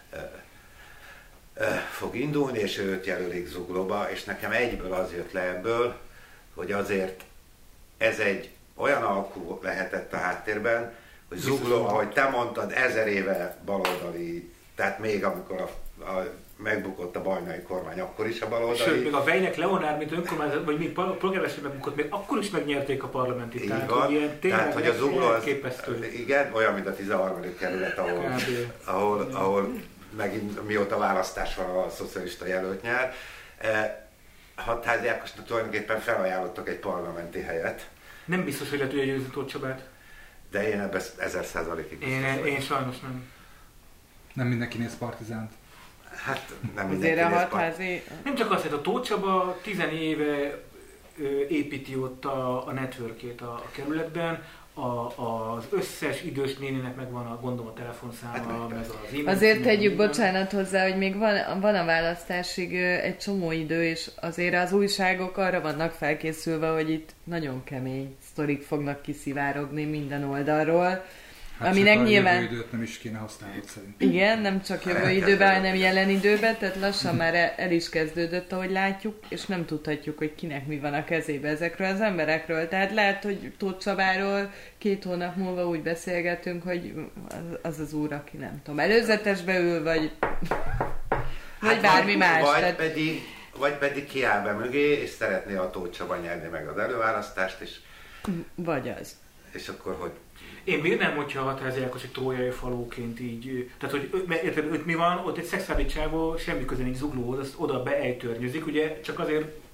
fog indulni, és őt jelölik Zuglóba, és nekem egyből az jött le ebből, hogy azért ez egy olyan alkú lehetett a háttérben, hogy Zugló, ahogy te mondtad, ezer éve baloldali, tehát még amikor a, a, megbukott a bajnai kormány, akkor is a baloldali. Sőt, még a Vejnek Leonár, mint önkormányzat, vagy még polgármester megbukott, még akkor is megnyerték a parlamentit. Így tehát, van. Hogy ilyen tehát, hogy a Zugló az, képesztő. igen, olyan, mint a tizenharmadik kerület, ahol, ahol, ahol megint mióta választás van a szocialista jelölt nyer. Hatházi Ákosnak tulajdonképpen felajánlottak egy parlamenti helyet. Nem biztos, hogy le tudja győzni Tóth Csabát. De én ebben ezer százalékig biztos én, én sajnos nem. Nem mindenki néz Partizánt. Hát nem mindenki néz Partizánt. Nem csak azt, hogy a Tóth Csaba tizen éve építi ott a, a networkét a, a kerületben, A, az összes idős néninek megvan a, gondolom, a telefonszáma, meg az e-mail. Azért tegyük bocsánat hozzá, hogy még van, van a választásig egy csomó idő, és azért az újságok arra vannak felkészülve, hogy itt nagyon kemény sztorik fognak kiszivárogni minden oldalról. Hát aminek csak a nyilván... jövő időt nem is kéne használni szerintem. Igen, nem csak jövő időben, hanem jelen időben, tehát lassan már el is kezdődött, ahogy látjuk, és nem tudhatjuk, hogy kinek mi van a kezébe ezekről az emberekről. Tehát lehet, hogy Tóth Csabáról két hónap múlva úgy beszélgetünk, hogy az az úr, aki nem tudom, előzetesbe ül, vagy, vagy hát bármi vagy, más. Vagy, tehát... pedig, vagy pedig kiáll be mögé, és szeretné a Tóth Csaba nyerni meg az előválasztást, és... Vagy az. És akkor, hogy én bírnám, hogyha a Hatházi Ákos egy trójai falóként így, tehát hogy érted, ott mi van, ott egy szexuális csávó semmi köze nincs Zuglóhoz, azt oda beejtörnyözik, ugye csak azért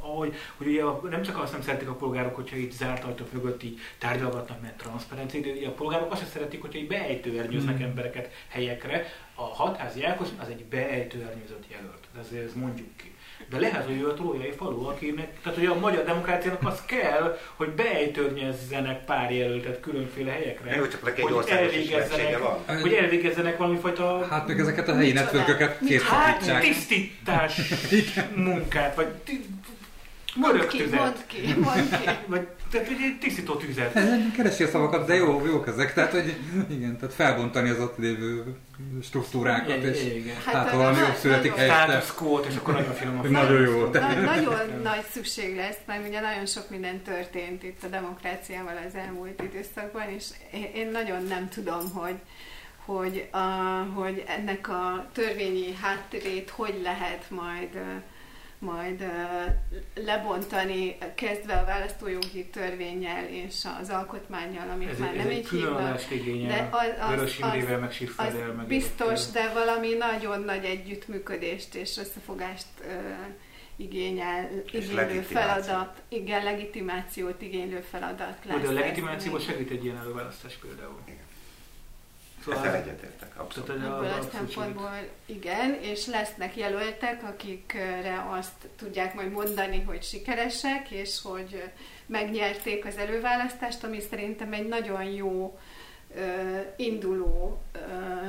ahogy, hogy ugye a, nem csak azt nem szeretik a polgárok, hogyha itt zárt ajtók mögött így tárgyalgatnak, mert transzparencia, de ugye a polgárok azt sem szeretik, hogyha így beejtőernyőznek mm. embereket helyekre. A Hatházi Ákos az egy beejtőernyőzött jelölt, ez, ez mondjuk ki. De lehet, hogy ő a trójai falu, akinek, tehát hogy a magyar demokráciának az kell, hogy beejtőrnyezzenek pár jelöltet különféle helyekre. Jó, csak neki egy országos ismertsége van. Hogy elvégezzenek valami fajta... Hát meg ezeket a helyi networköket készítsák. Hát tisztítás munkát, vagy mondd ki, mondd ki, mondd ki. Vagy tehát egy tisztító tüzet. Keresi a szavakat, de jó, jók ezek. Tehát, hogy igen, tehát felbontani az ott lévő struktúrákat, és hát, hát valami jobb születik helyette. Status quo-t, és akkor nagyon finom a Nagyon jó. Nagyon nagy szükség lesz, mert ugye nagyon sok minden történt itt a demokráciával az elmúlt időszakban, és én nagyon nem tudom, hogy hogy, a, hogy ennek a törvényi hátterét hogy lehet majd majd uh, lebontani, kezdve a választójogi törvénnyel és az alkotmánnyal, amit ez már egy, nem ez így hívnak. De az, az, az, meg az meg biztos, de valami nagyon nagy együttműködést és összefogást uh, igényel, igénylő feladat, igen, legitimációt igénylő feladat lesz. De a legitimációban segít egy ilyen előválasztás például. Igen. Szóval ezzel egyetértek, abszolút. Ebből a szempontból igen, és lesznek jelöltek, akikre azt tudják majd mondani, hogy sikeresek, és hogy megnyerték az előválasztást, ami szerintem egy nagyon jó uh, induló uh,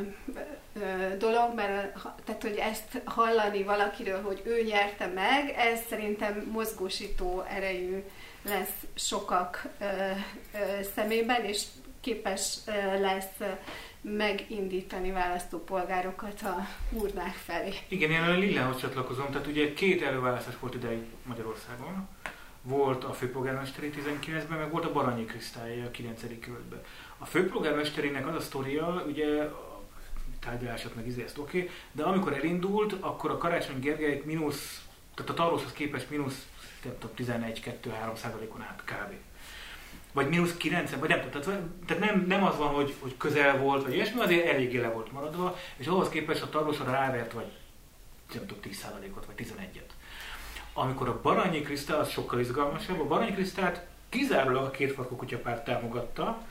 uh, dolog, mert tehát, hogy ezt hallani valakiről, hogy ő nyerte meg, ez szerintem mozgósító erejű lesz sokak uh, uh, szemében, és képes uh, lesz megindítani választópolgárokat a urnák felé. Igen, én a Lillához csatlakozom, tehát ugye két előválasztás volt ideig Magyarországon. Volt a főpolgármesteri tizenkilencben, meg volt a Baranyi Krisztály a kilencedik kerületben. A főpolgármesterinek az a sztoria, ugye a tárgyalások meg izé, ezt oké, okay, de amikor elindult, akkor a Karácsony Gergely mínusz, tehát a Tarlóshoz képest mínusz tizenegy kettő három százalékon át kb. Vagy mínusz kilenc, vagy nem tudom, tehát, tehát nem, nem az van, hogy, hogy közel volt, vagy ilyesmi, azért eléggé le volt maradva, és ahhoz képest a Tarlósra rávert, vagy nem tudom, tíz százalékot, vagy tizenegyet. Amikor a Baranyi Krisztál, az sokkal izgalmasabb, a Baranyi Krisztált kizárólag a Kétfarkú Kutyapárt támogatta.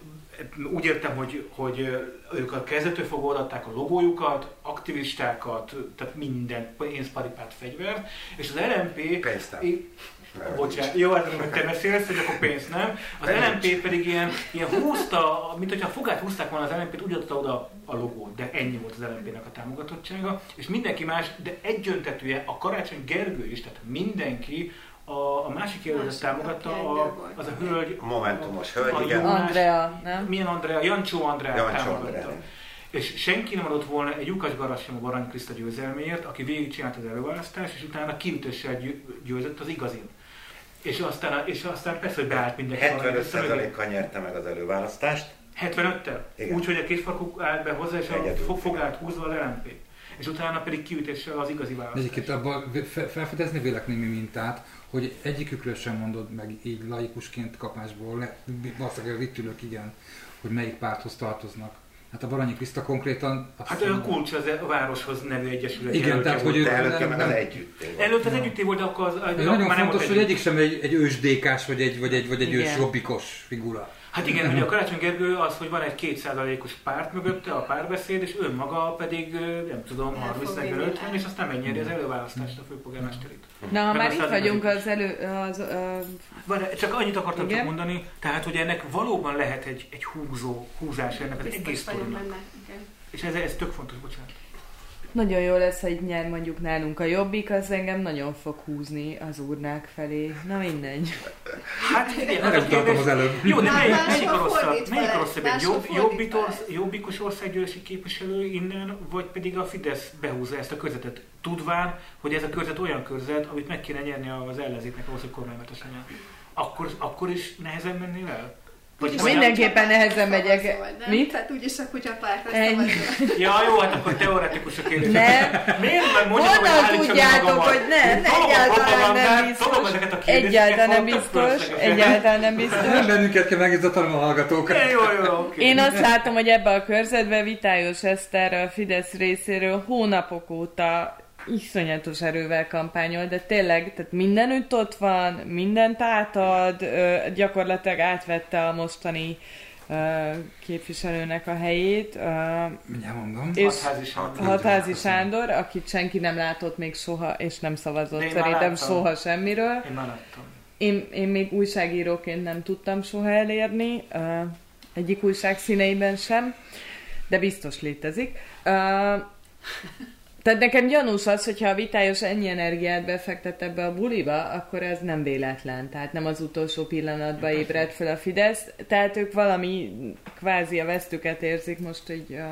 Úgy értem, hogy, hogy ők a kezdettől fogva odaadták a logójukat, aktivistákat, tehát minden, pénzparipát, fegyvert, és az el em pé... Bocsánat, jó, hát amikor te beszélsz, hogy akkor pénzt nem. Az el em pé pedig ilyen, ilyen húzta, mint hogyha a fogát húzták volna az el em pét, úgy adta oda a logót, de ennyi volt az el em pének a támogatottsága. És mindenki más, de egyöntetűen a Karácsony Gergő is, tehát mindenki a, a másik jelöltet támogatta, a, az a hölgy. A momentumos hölgy, a igen. Andrea, nem? Milyen Andrea? Jancsó Andrea támogatta. Andrea. És senki nem adott volna egy lyukas garas sem a Baranyi Kriszta győzelméért, aki végigcsinált az előválasztást, és utána kiütéssel győzött az igazin. És aztán, és aztán persze, hogy beállt mindenki. hetvenöt százalékkal nyerte meg az előválasztást. hetvenöttel? Úgy, hogy a Kétfarkú állt be hozzá, és Egyedül. a fogát húzva az el em pé. És utána pedig kiütéssel az igazi választás. Egyébként abban felfedezni vélek némi mintát, hogy egyikükről sem mondod meg így laikusként kapásból, valószínűleg itt ülök, igen, hogy melyik párthoz tartoznak. Hát a Baranyi Kriszta konkrétan... Hát ő a Kulcs az a Városhoz nevű egyesület. Igen, tehát hogy... De előtte meg az együtté volt. Előtte az együtté volt, de akkor az... az nagyon fontos, hogy egyik sem egy, egy ősdékás, vagy egy, vagy egy, vagy egy ős jobbikos figura. Hát igen, ugye a Karácsony Gergő az, hogy van egy két százalékos párt mögötte, a párbeszéd, és önmaga pedig, nem tudom, harminc negyven ötven, és aztán megnyeri az előválasztást a főpolgármesterit. Na, ha már itt vagyunk az elő... Az, uh... Csak annyit akartam csak mondani, tehát, hogy ennek valóban lehet egy, egy húzó, húzás ennek az biztos egész sztorinak. És ez, ez tök fontos, bocsánat. Nagyon jó lesz, hogy nyer mondjuk nálunk a Jobbik, az engem nagyon fog húzni az urnák felé. Na mindegy. Hát igen, az a kérdés... az előbb. Jó, de melyik, melyik a rosszabb? Melyik a rosszabb? Egy jobb, jobbikos, jobbikos országgyűlési képviselő innen, vagy pedig a Fidesz behúzza ezt a körzetet? Tudván, hogy ez a körzet olyan körzet, amit meg kéne nyerni az ellenzéknek ahhoz, hogy kormánymetes legyen. Akkor, akkor is nehezen mennél el? Vagy mindenképpen nehezen megyek. Mit? Tehát úgyis a kutyapártra szavazol. Ja, jó, hát akkor teoretikus a kérdés. Nem. Miért meg mondjam, hogy honnan tudjátok, hogy nem? Egyáltalán nem biztos. Egyáltalán nem biztos. Egyáltalán nem biztos. Nem bennünket kell megizzatalom a hallgatókat. Jó, jó, oké. Én azt látom, hogy ebben a körzetben Vitályos Eszter a Fidesz részéről hónapok óta iszonyatos erővel kampányol, de tényleg, tehát mindenütt ott van, mindent átad, gyakorlatilag átvette a mostani képviselőnek a helyét. Mindjárt mondom. És Hatházi Sándor. Hatházi Sándor, akit senki nem látott még soha, és nem szavazott szerintem soha semmiről. Én már láttam. Én, én még újságíróként nem tudtam soha elérni, uh, egyik újság színeiben sem, de biztos létezik. Uh, tehát nekem gyanús az, hogyha a Vitályos ennyi energiát befektet ebbe a buliba, akkor ez nem véletlen, tehát nem az utolsó pillanatban ébredt fel a Fidesz, tehát ők valami kvázi a vesztüket érzik most így... Uh...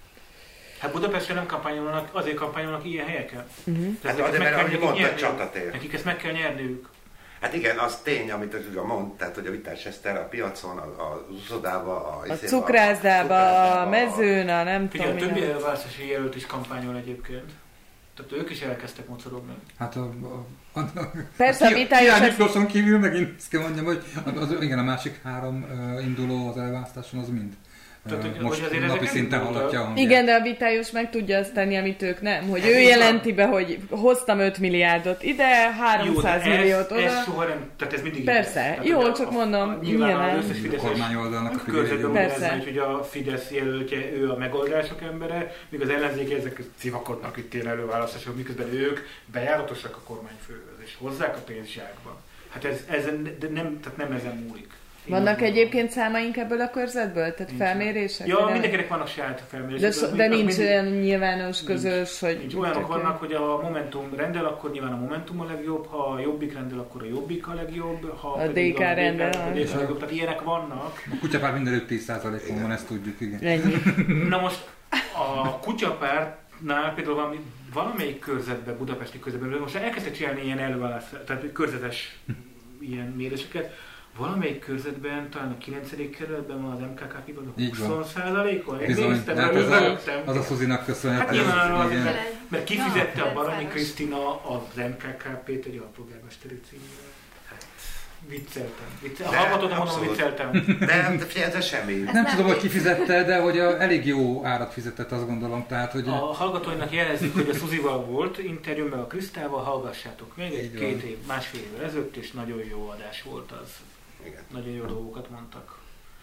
Hát Budapesten nem kampányolnak, azért kampányolnak ilyen helyeken. Uh-huh. Hát azért, mert ahogy mondta, csatatér. Nekik ezt meg kell nyerniük. Hát igen, az tény, amit a Zsuzsa mond, tehát hogy a Vitás Eszter a piacon, az úszodába, a, a cukrászdába, a mezőn, a nem tudom. Figyelj, a többi minden... választási jelölt is kampányol egyébként. Tehát ők is elkezdtek mocorogni. Hát a... a, a Persze a Vitályos... Miklóson kívül megint azt kell mondjam, hogy az, az, igen, a másik három uh, induló az elválasztáson az mind. Tehát, most napi szinten hallatja a hangját. Igen, de a Vitályos meg tudja azt tenni, amit ők nem. Hogy hát ő jelenti be, hogy hoztam öt milliárdot ide, háromszáz jó, milliót oda. Ez soha nem, tehát ez mindig persze, jó, a, csak mondom, a, nyilván. Nyilván az összes Fideszes kormányoldalnak a körzetben persze. Hogy a Fidesz jelöltje, ő a megoldások embere, míg az ellenzéki ezek civakodnak itt ilyen előválasztások, miközben ők bejáratosak a kormányfőhöz, és hozzák a pénzsárkba. Hát ez, ez de nem, tehát nem ezen múlik. Vannak egyébként számaink ebből a körzetből? Tehát nincs felmérések? Ja, mindenkinek vannak saját felmérések. De, de nincs olyan nyilvános, közös, hogy... Nincs. Olyanok vannak, hogy a Momentum rendel, akkor nyilván a Momentum a legjobb, ha a Jobbik rendel, akkor a Jobbik a legjobb, ha a dé ká rendel, a dé ká a legjobb, tehát ilyenek vannak. A kutyapárt mindenütt tíz százalékon van, ezt tudjuk, igen. Ennyi. Na most a kutyapártnál például valami, valamelyik körzetben, budapesti körzetben, most elkezdtek csinálni ilyen előválasztás, tehát körzetes ilyen méréseket. Valamelyik körzetben, talán a kilencedik kerületben van az em ká ká pé-ban húsz százalékon. Én bizony, néztem, hát az, a, az a Szuzinak köszönhető. Hát nyilván az, mert kifizette a Baranyi Krisztina az em ká ká pét egy alpolgármesteri címére. Hát vicceltem. vicceltem. Ha hallgatod, mondom, vicceltem. Nem, de figyelj, ez semmi. Nem, nem tudom, hogy kifizette, de hogy a, elég jó árat fizetett, azt gondolom. Tehát, hogy... A hallgatóinak jelezik, hogy a Szuzival volt interjú, meg a Krisztával, hallgassátok meg egy két év, másfél évvel ezelőtt, és nagyon jó adás volt az. Igen. Nagyon jó dolgokat mondtak.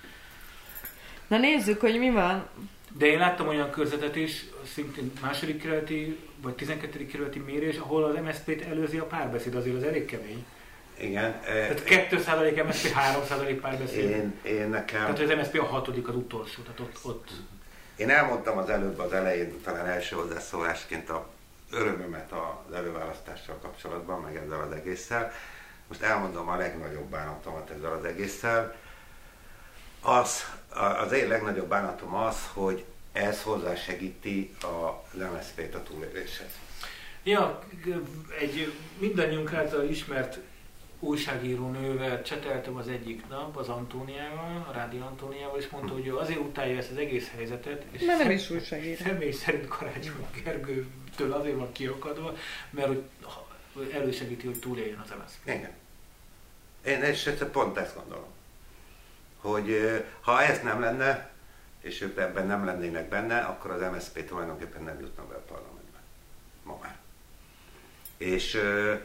Na nézzük, hogy mi van. De én láttam olyan körzetet is, szintén második kerületi, vagy tizenkettedik kerületi mérés, ahol az em es zé pét előzi a Párbeszéd, azért az elég kemény. Igen. Tehát kettő százalék em es zé pé, három százalék Párbeszéd. Én, én nekem... Tehát az em es zé pé a hatodik, az utolsó. Tehát ott, ott... Én elmondtam az előbb az elején, talán első hozzászólásként a örömömet az előválasztással kapcsolatban, meg ezzel az egésszel. Most elmondom a legnagyobb bánatomat ezzel az egésszel. Az, az én legnagyobb bánatom az, hogy ez hozzásegíti az em es zé pét a túléléshez. Ja, egy mindannyiunk által ismert újságírónővel cseteltem az egyik nap, az Antóniával, a Rádió Antóniával, és mondta, hogy ő azért utálja ezt az egész helyzetet. És nem is újságíró. Személy szerint Karácsony Gergőtől azért van kiakadva, mert hogy elősegíti, hogy túléljen az em es zé pé. Igen. Én és pont ezt gondolom, hogy ha ez nem lenne, és ők ebben nem lennének benne, akkor az em es zé pé tulajdonképpen nem jutna be a parlamentbe. Ma már. És,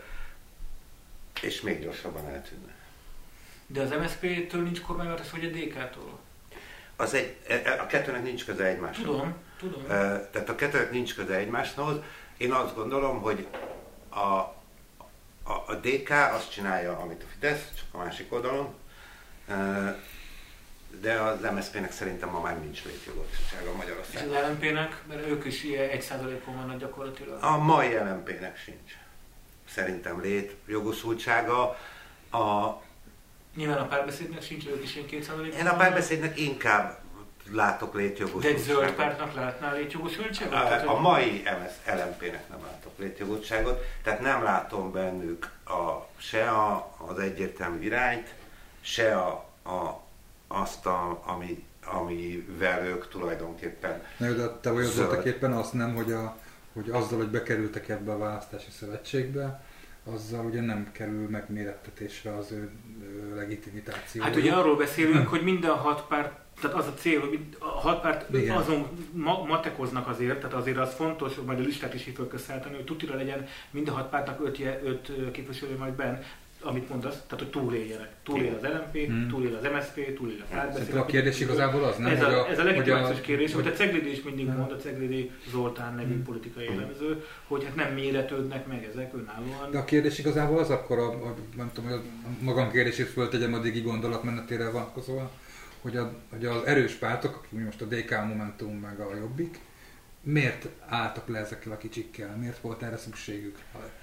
és még gyorsabban eltűnne. De az em es zé pé-től nincs kormányváltás, vagy a dé ká-tól? Az egy, a kettőnek nincs köze egymáshoz. Tudom, tudom. Tehát a kettőnek nincs köze egymáshoz. Én azt gondolom, hogy a A, a dé ká azt csinálja, amit a Fidesz, csak a másik oldalon, de az em es zé pének szerintem ma már nincs létjogosultsága Magyarországon. És az el em pének, mert ők is ilyen egy százalékon vannak gyakorlatilag. A mai el em pének sincs. Szerintem létjogosultsága. A... Nyilván a Párbeszédnek sincs, ők is ilyen két százalékon. Én a Párbeszédnek inkább látok létjogosultságot. De egy zöld pártnak látnál létjogosultságot? A, a mai el em pének nem látok létjogosultságot, tehát nem látom bennük a, se a, az egyértelmű irányt, se a, a, azt, a, ami, amivel ők tulajdonképpen Na, de te voltak éppen azt nem, hogy, a, hogy azzal, hogy bekerültek ebbe a választási szövetségbe, azzal ugye nem kerül megmérettetésre az ő, ő legitimitációja. Hát ugye arról beszélünk, hogy minden hat párt, tehát az a cél, hogy a hat párt Igen. azon ma- matekoznak azért, tehát azért az fontos, hogy majd a listát is így föl kell szállítani, hogy tutira legyen minden hat pártnak öt, öt képviselő majd benn, amit mondasz, tehát hogy túléljenek. Túlél az el em pé, hmm. túlél az em es zé pé, túlél a Párbeszéd. A kérdés igazából az, nem? Ez a, a, ez a legitimációs kérdés, hogy hogy a Ceglidi is mindig mond, a Ceglidi Zoltán nevű hmm. politikai elemző, hogy hát nem méretődnek meg ezek önállóan. De a kérdés igazából az akkor, a, a, nem tudom, hogy a magam kérdését föltegyem addigi gondolatmenetére vonatkozóan, hogy, a, hogy az erős pártok, akik most a dé ká Momentum meg a Jobbik, miért álltak le ezekkel a kicsikkel? Miért volt erre szükségük?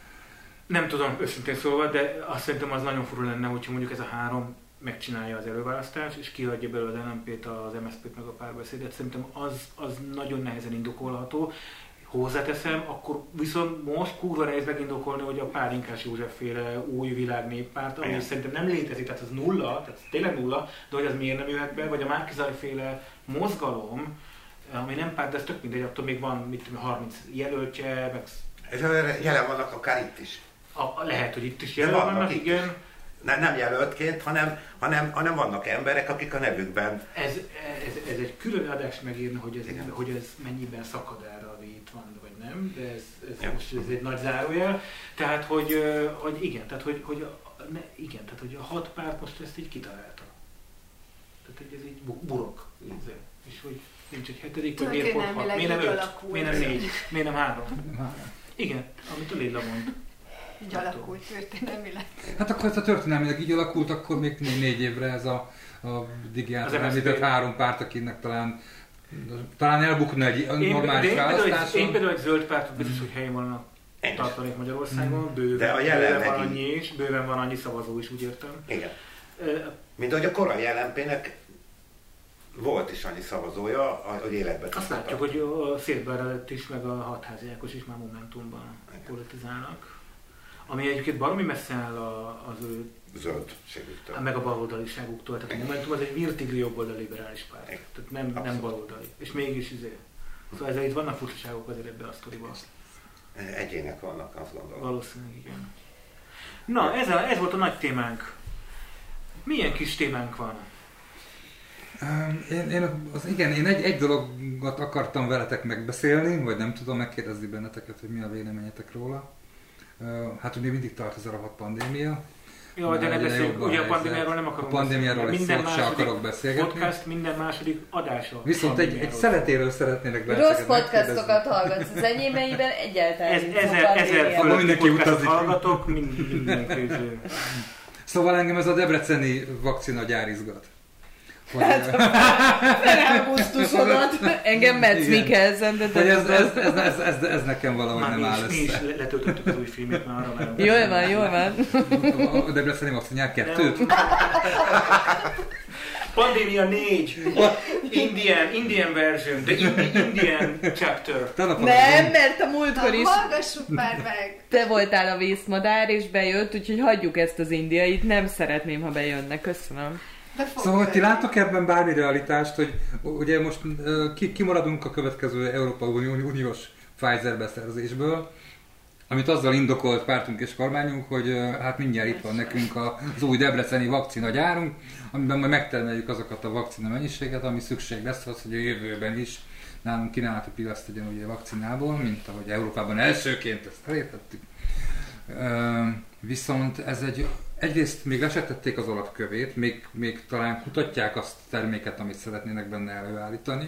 Nem tudom őszintén szólva, de azt szerintem az nagyon furú lenne, hogyha mondjuk ez a három megcsinálja az előválasztást, és kihagyja belőle az el em pét, az em es zé pét meg a Párbeszédet. Szerintem az, az nagyon nehezen indokolható. Hozzáteszem, akkor viszont most kurva nehéz megindokolni, hogy a Pálinkás Józsefféle új világ néppárt, ami szerintem nem létezik, tehát az nulla, tehát tényleg nulla, de hogy az miért nem jöhet be, vagy a Márki-Zay-féle mozgalom, ami nem párt, de ez tök mindegy, attól még van mit tudom, harminc jelöltje, meg... Ez jelen vannak akár itt is. A, lehet, hogy itt is jelölt vannak, itt igen. Is. Ne, nem jelöltként, hanem, hanem, hanem vannak emberek, akik a nevükben... Ez, ez, ez egy külön adás megírna, hogy ez, hogy ez mennyiben szakad erre, ami itt van, vagy nem, de ez, ez, ja. most ez egy nagy zárójel. Tehát, hogy, hogy igen, tehát, hogy, hogy, ne, igen, tehát, hogy a hat párt most ezt így kitalálta. Tehát, hogy ez így burok. És hogy nincs egy hetedik, vagy miért pont hat, miért nem öt, miért nem négy, miért nem három. Igen, amit a Lilla mond. Így alakult történelmileg. Hát akkor ez a történelmileg így alakult, akkor még négy évre ez a, a Digiát említett három párt, akinek talán talán elbukna egy én, normális én választáson. Én például egy zöld pártot biztos, hogy helyén vannak tartanék Magyarországon, bőven, de a bőven van annyi is, bőven van annyi szavazó is, úgy értem. Igen. Mint ahogy a korai el em pének volt is annyi szavazója, hogy életbe tudta. Azt látjuk, hogy a Szétbárelett is, meg a Hatházi Ákos is már Momentumban politizálnak. Ami egyébként baromi messze áll az ő zöldségüktől. Meg a baloldaliságuktól. Tehát a Momentum az egy virtigli jobboldali liberális párt. Tehát nem, nem baloldali. És mégis izé. Szóval ezzel itt vannak furcsaságok azért ebben a sztoriban. Egyének vannak, azt gondolom. Valószínűleg igen. Na, ez, a, ez volt a nagy témánk. Milyen kis témánk van? Én, én, az, igen, én egy, egy dologot akartam veletek megbeszélni, vagy nem tudom, megkérdezni benneteket, hogy mi a véleményetek róla. Hát ugye mindig tart ez a rohadt pandémia. Jó, de ne beszéljünk, ugye a pandémiáról nem akarunk A pandémiáról egy szót se akarok beszélgetni. Podcast minden második adása. Viszont egy, egy szeletéről szeretnének beszélgetni. Rossz podcastokat hallgatsz az enyémeiben, egyáltalán ez, ezer, ezer fölötti podcastot hallgatok, mindenki. Szóval engem ez a debreceni vakcina gyárizgat. Hát, felelgusztusodat, engem Mads Mikkelsen, de... Ez, ez, ez, ez, ez, ez nekem valahogy már nem áll össze. Mi is letöltöttük az új filmet, már arra várunk. Jól van, jól van. A debreceni vakcinák kettőt? Pandémia négy. Indian, Indian version, the Indian chapter. Nem, mert a múltkor is... Hallgassuk már meg! Te voltál a vészmadár, és bejött, úgyhogy hagyjuk ezt az indiait. Nem szeretném, ha bejönne. Köszönöm. Szóval ti láttok ebben bármi realitást, hogy ugye most ki, kimaradunk a következő Európai Uniós Pfizer beszerzésből, amit azzal indokolt pártunk és kormányunk, hogy hát mindjárt itt van nekünk az új debreceni vakcinagyárunk, amiben majd megtermeljük azokat a vakcina mennyiséget, ami szükség lesz az, hogy a jövőben is nálunk kínálati piac legyen ugye vakcinából, mint ahogy Európában elsőként ezt elértettük. Viszont ez egy Egyrészt még lesetették az alapkövét, még, még talán kutatják azt a terméket, amit szeretnének benne előállítani.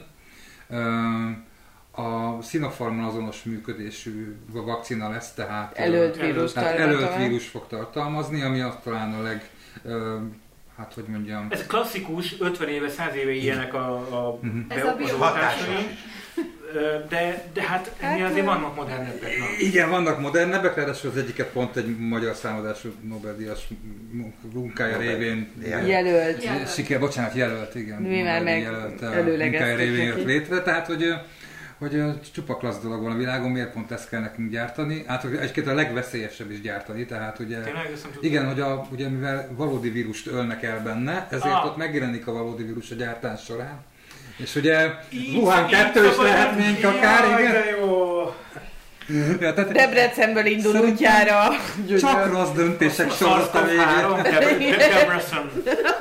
A Sinopharmon azonos működésű vakcina lesz, tehát előtt vírus, tehát előtt vírus fog tartalmazni, ami azt talán a leg, hát hogy mondjam... Ez klasszikus, ötven éve, száz éve ilyenek a, a uh-huh. hatásai. De, de hát ennél azért vannak modernebbek. Na. Igen, vannak modernebbek, ráadásul az egyiket pont egy magyar számadású Nobel-díjas munkája révén jelölt. jelölt. Siker, bocsánat, jelölt, igen. Mi már meg munkája révén jött létre, tehát hogy, hogy csupa klassz dolog van a világon, miért pont ezt kell nekünk gyártani. Hát egyébként a legveszélyesebb is gyártani, tehát ugye, igen, hogy a, ugye mivel valódi vírust ölnek el benne, ezért ah. ott megjelenik a valódi vírus a gyártás során. És ugye Wuhan kettő is lehetnénk akár, jaj, igen? De jó. Ja, tehát Debrecenből indul útjára. csak rossz döntések sorozta végén. Debrecen.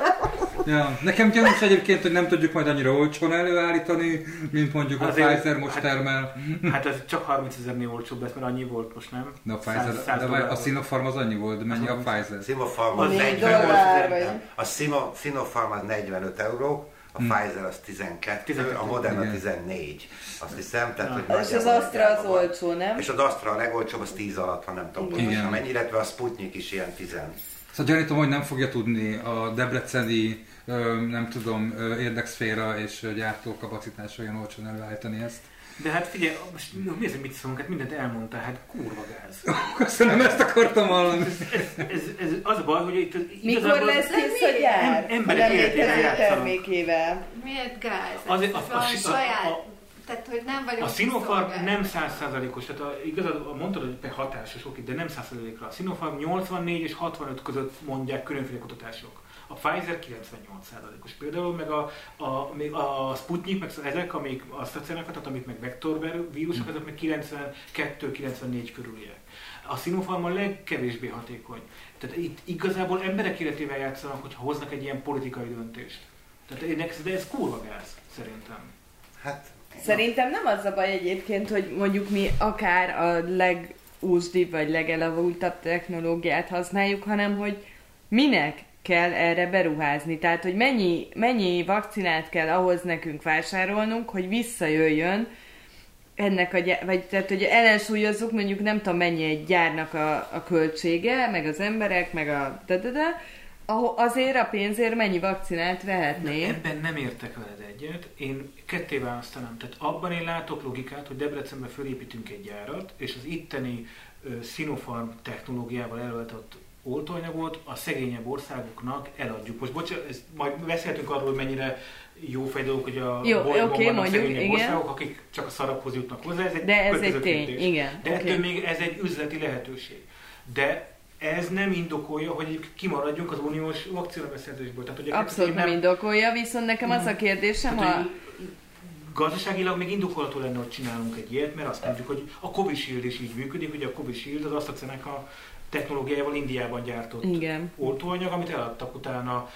Ja, nekem gyanús egyébként, hogy nem tudjuk majd annyira olcsón előállítani, mint mondjuk a Azért, Pfizer most hát, termel. Hát ez csak harmincezernél olcsóbb lesz, mert annyi volt most, nem? De a Pfizer, száz, száz de a Sinopharm az annyi volt, de mennyi a Pfizer? Sinopharm az négy negyvenöt, dollár, vagy... a Sino- Sinopharm az negyvenöt euró, a hmm. Pfizer az tizenkettő, tizenkettő, a Moderna igen. tizennégy. Azt hiszem, tehát, hogy és az Astra az olcsó, nem? És az Astra a legolcsóbb, az tíz alatt, ha nem tudom pontosan mennyi, illetve a Sputnik is ilyen tíz. Szóval gyanítom, hogy nem fogja tudni a debreceni, nem tudom, érdekszféra és gyártókapacitásra olyan olcsón előállítani ezt. De hát figyelj, most mi az, mit szólunk, hát mindent elmondtál, hát kurva gáz. Köszönöm, ezt akartam hallani. Ez, ez, ez az a baj, hogy itt mikor lesz kész a gyár? Emberek életével játszanak. Termékével. Miért gáz? Az, ez a, a, a, a, saját... A, tehát, hogy nem vagyok a Sinopharm nem száz százalékos, tehát a, igazad, mondtad, hogy hatásos, oké, de nem száz százalékra. A Sinopharm nyolcvannégy és hatvanöt között mondják különféle kutatások. A Pfizer kilencvennyolc százalékos például, meg a, a, a Sputnik, meg ezek, amik a AstraZeneca, amik meg vektorvírusok, ezek meg kilencvenkettő kilencvennégy körüliek. A Sinopharm a legkevésbé hatékony. Tehát itt igazából emberek életével játszanak, hogyha hoznak egy ilyen politikai döntést. Tehát de ez kurva gáz, szerintem. Hát, szerintem nem az a baj egyébként, hogy mondjuk mi akár a legúsdibb vagy legelavultabb technológiát használjuk, hanem hogy minek kell erre beruházni. Tehát, hogy mennyi, mennyi vakcinát kell ahhoz nekünk vásárolnunk, hogy visszajöjjön ennek a gyár, vagy tehát, hogy ellensúlyozzuk, mondjuk nem tudom mennyi egy gyárnak a, a költsége, meg az emberek, meg a de azért a pénzért mennyi vakcinát vehetné. Na, ebben nem értek veled egyet. Én ketté választanám. Tehát abban én látok logikát, hogy Debrecenben fölépítünk egy gyárat, és az itteni uh, Sinopharm technológiával előállított oltóanyagot a szegényebb országoknak eladjuk. Most bocsánat, ez, majd beszéltünk arról, hogy mennyire jó fej dolgok, hogy a bolygón okay, vannak szegényebb igen. országok, akik csak a szarabhoz jutnak hozzá. Ez egy de ez egy tény, igen. De okay. ettől még ez egy üzleti lehetőség. De ez nem indokolja, hogy kimaradjunk az uniós vakcinabeszerzésből. Tehát, hogy abszolút nem, nem indokolja, viszont nekem az a kérdésem, tehát, ha... Gazdaságilag még indokolható lenne, hogy csinálunk egy ilyet, mert azt mondjuk, hogy a Covishield is így működik, hogy a Covishield az AstraZeneca technológiájával Indiában gyártott igen. oltóanyag, amit eladtak utána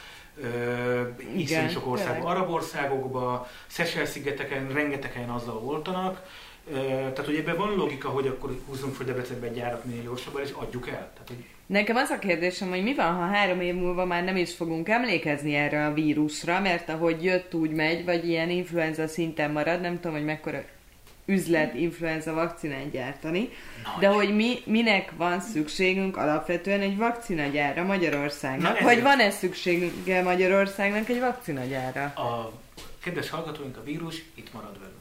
iszonyú sok országban, arab országokban, Seychelles-szigeteken, rengetegen azzal oltanak. Tehát, hogy ebben van logika, hogy akkor húzzunk fel Debrecenbe egy gyárat minél gyorsabban, és adjuk el. Tehát, hogy... Nekem az a kérdésem, hogy mi van, ha három év múlva már nem is fogunk emlékezni erre a vírusra, mert ahogy jött, úgy megy, vagy ilyen influenza szinten marad, nem tudom, hogy mekkora üzlet influenza vakcinát gyártani, de hogy mi, minek van szükségünk alapvetően egy vakcinagyárra Magyarországnak? Na, vagy van-e szüksége Magyarországnak egy vakcinagyárra? A kedves hallgatóink, a vírus itt marad velünk.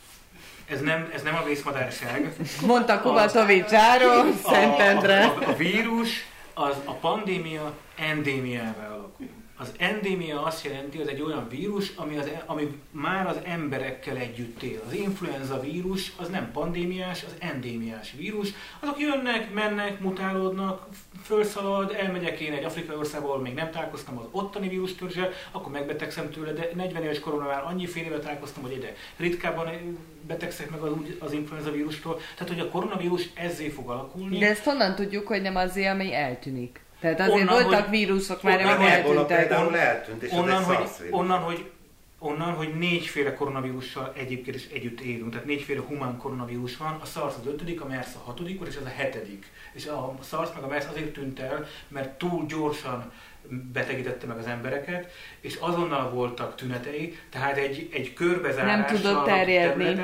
Ez nem, ez nem a vészmadárság. Mondta Kubatovics Áron, Szentendre. A, a, a vírus az a pandémia endémiával alakul. Az endémia azt jelenti, hogy ez egy olyan vírus, ami, az, ami már az emberekkel együtt él. Az influenza vírus az nem pandémiás, az endémiás vírus. Azok jönnek, mennek, mutálódnak, fölszalad, elmegyek én egy afrikai országba, ahol még nem találkoztam az ottani vírustörzsel, akkor megbetegszem tőle, de negyven éves koromra már annyiféle találkoztam, hogy ide ritkábban betegszek meg az, az influenza vírustól. Tehát, hogy a koronavírus ezzé fog alakulni. De ezt honnan tudjuk, hogy nem azért, ami eltűnik? Tehát azért onnan, voltak hogy, vírusok már, amik eltűntek. Eltűnt, és onnan, hogy, onnan, hogy, onnan, hogy négyféle koronavírussal egyébként is együtt élünk. Tehát négyféle humán koronavírus van, a SARS az ötödik, a MERS a hatodik, és ez a hetedik. És a SARS meg a MERS azért tűnt el, mert túl gyorsan betegítette meg az embereket, és azonnal voltak tünetei, tehát egy, egy körbezárással nem tudott terjedni.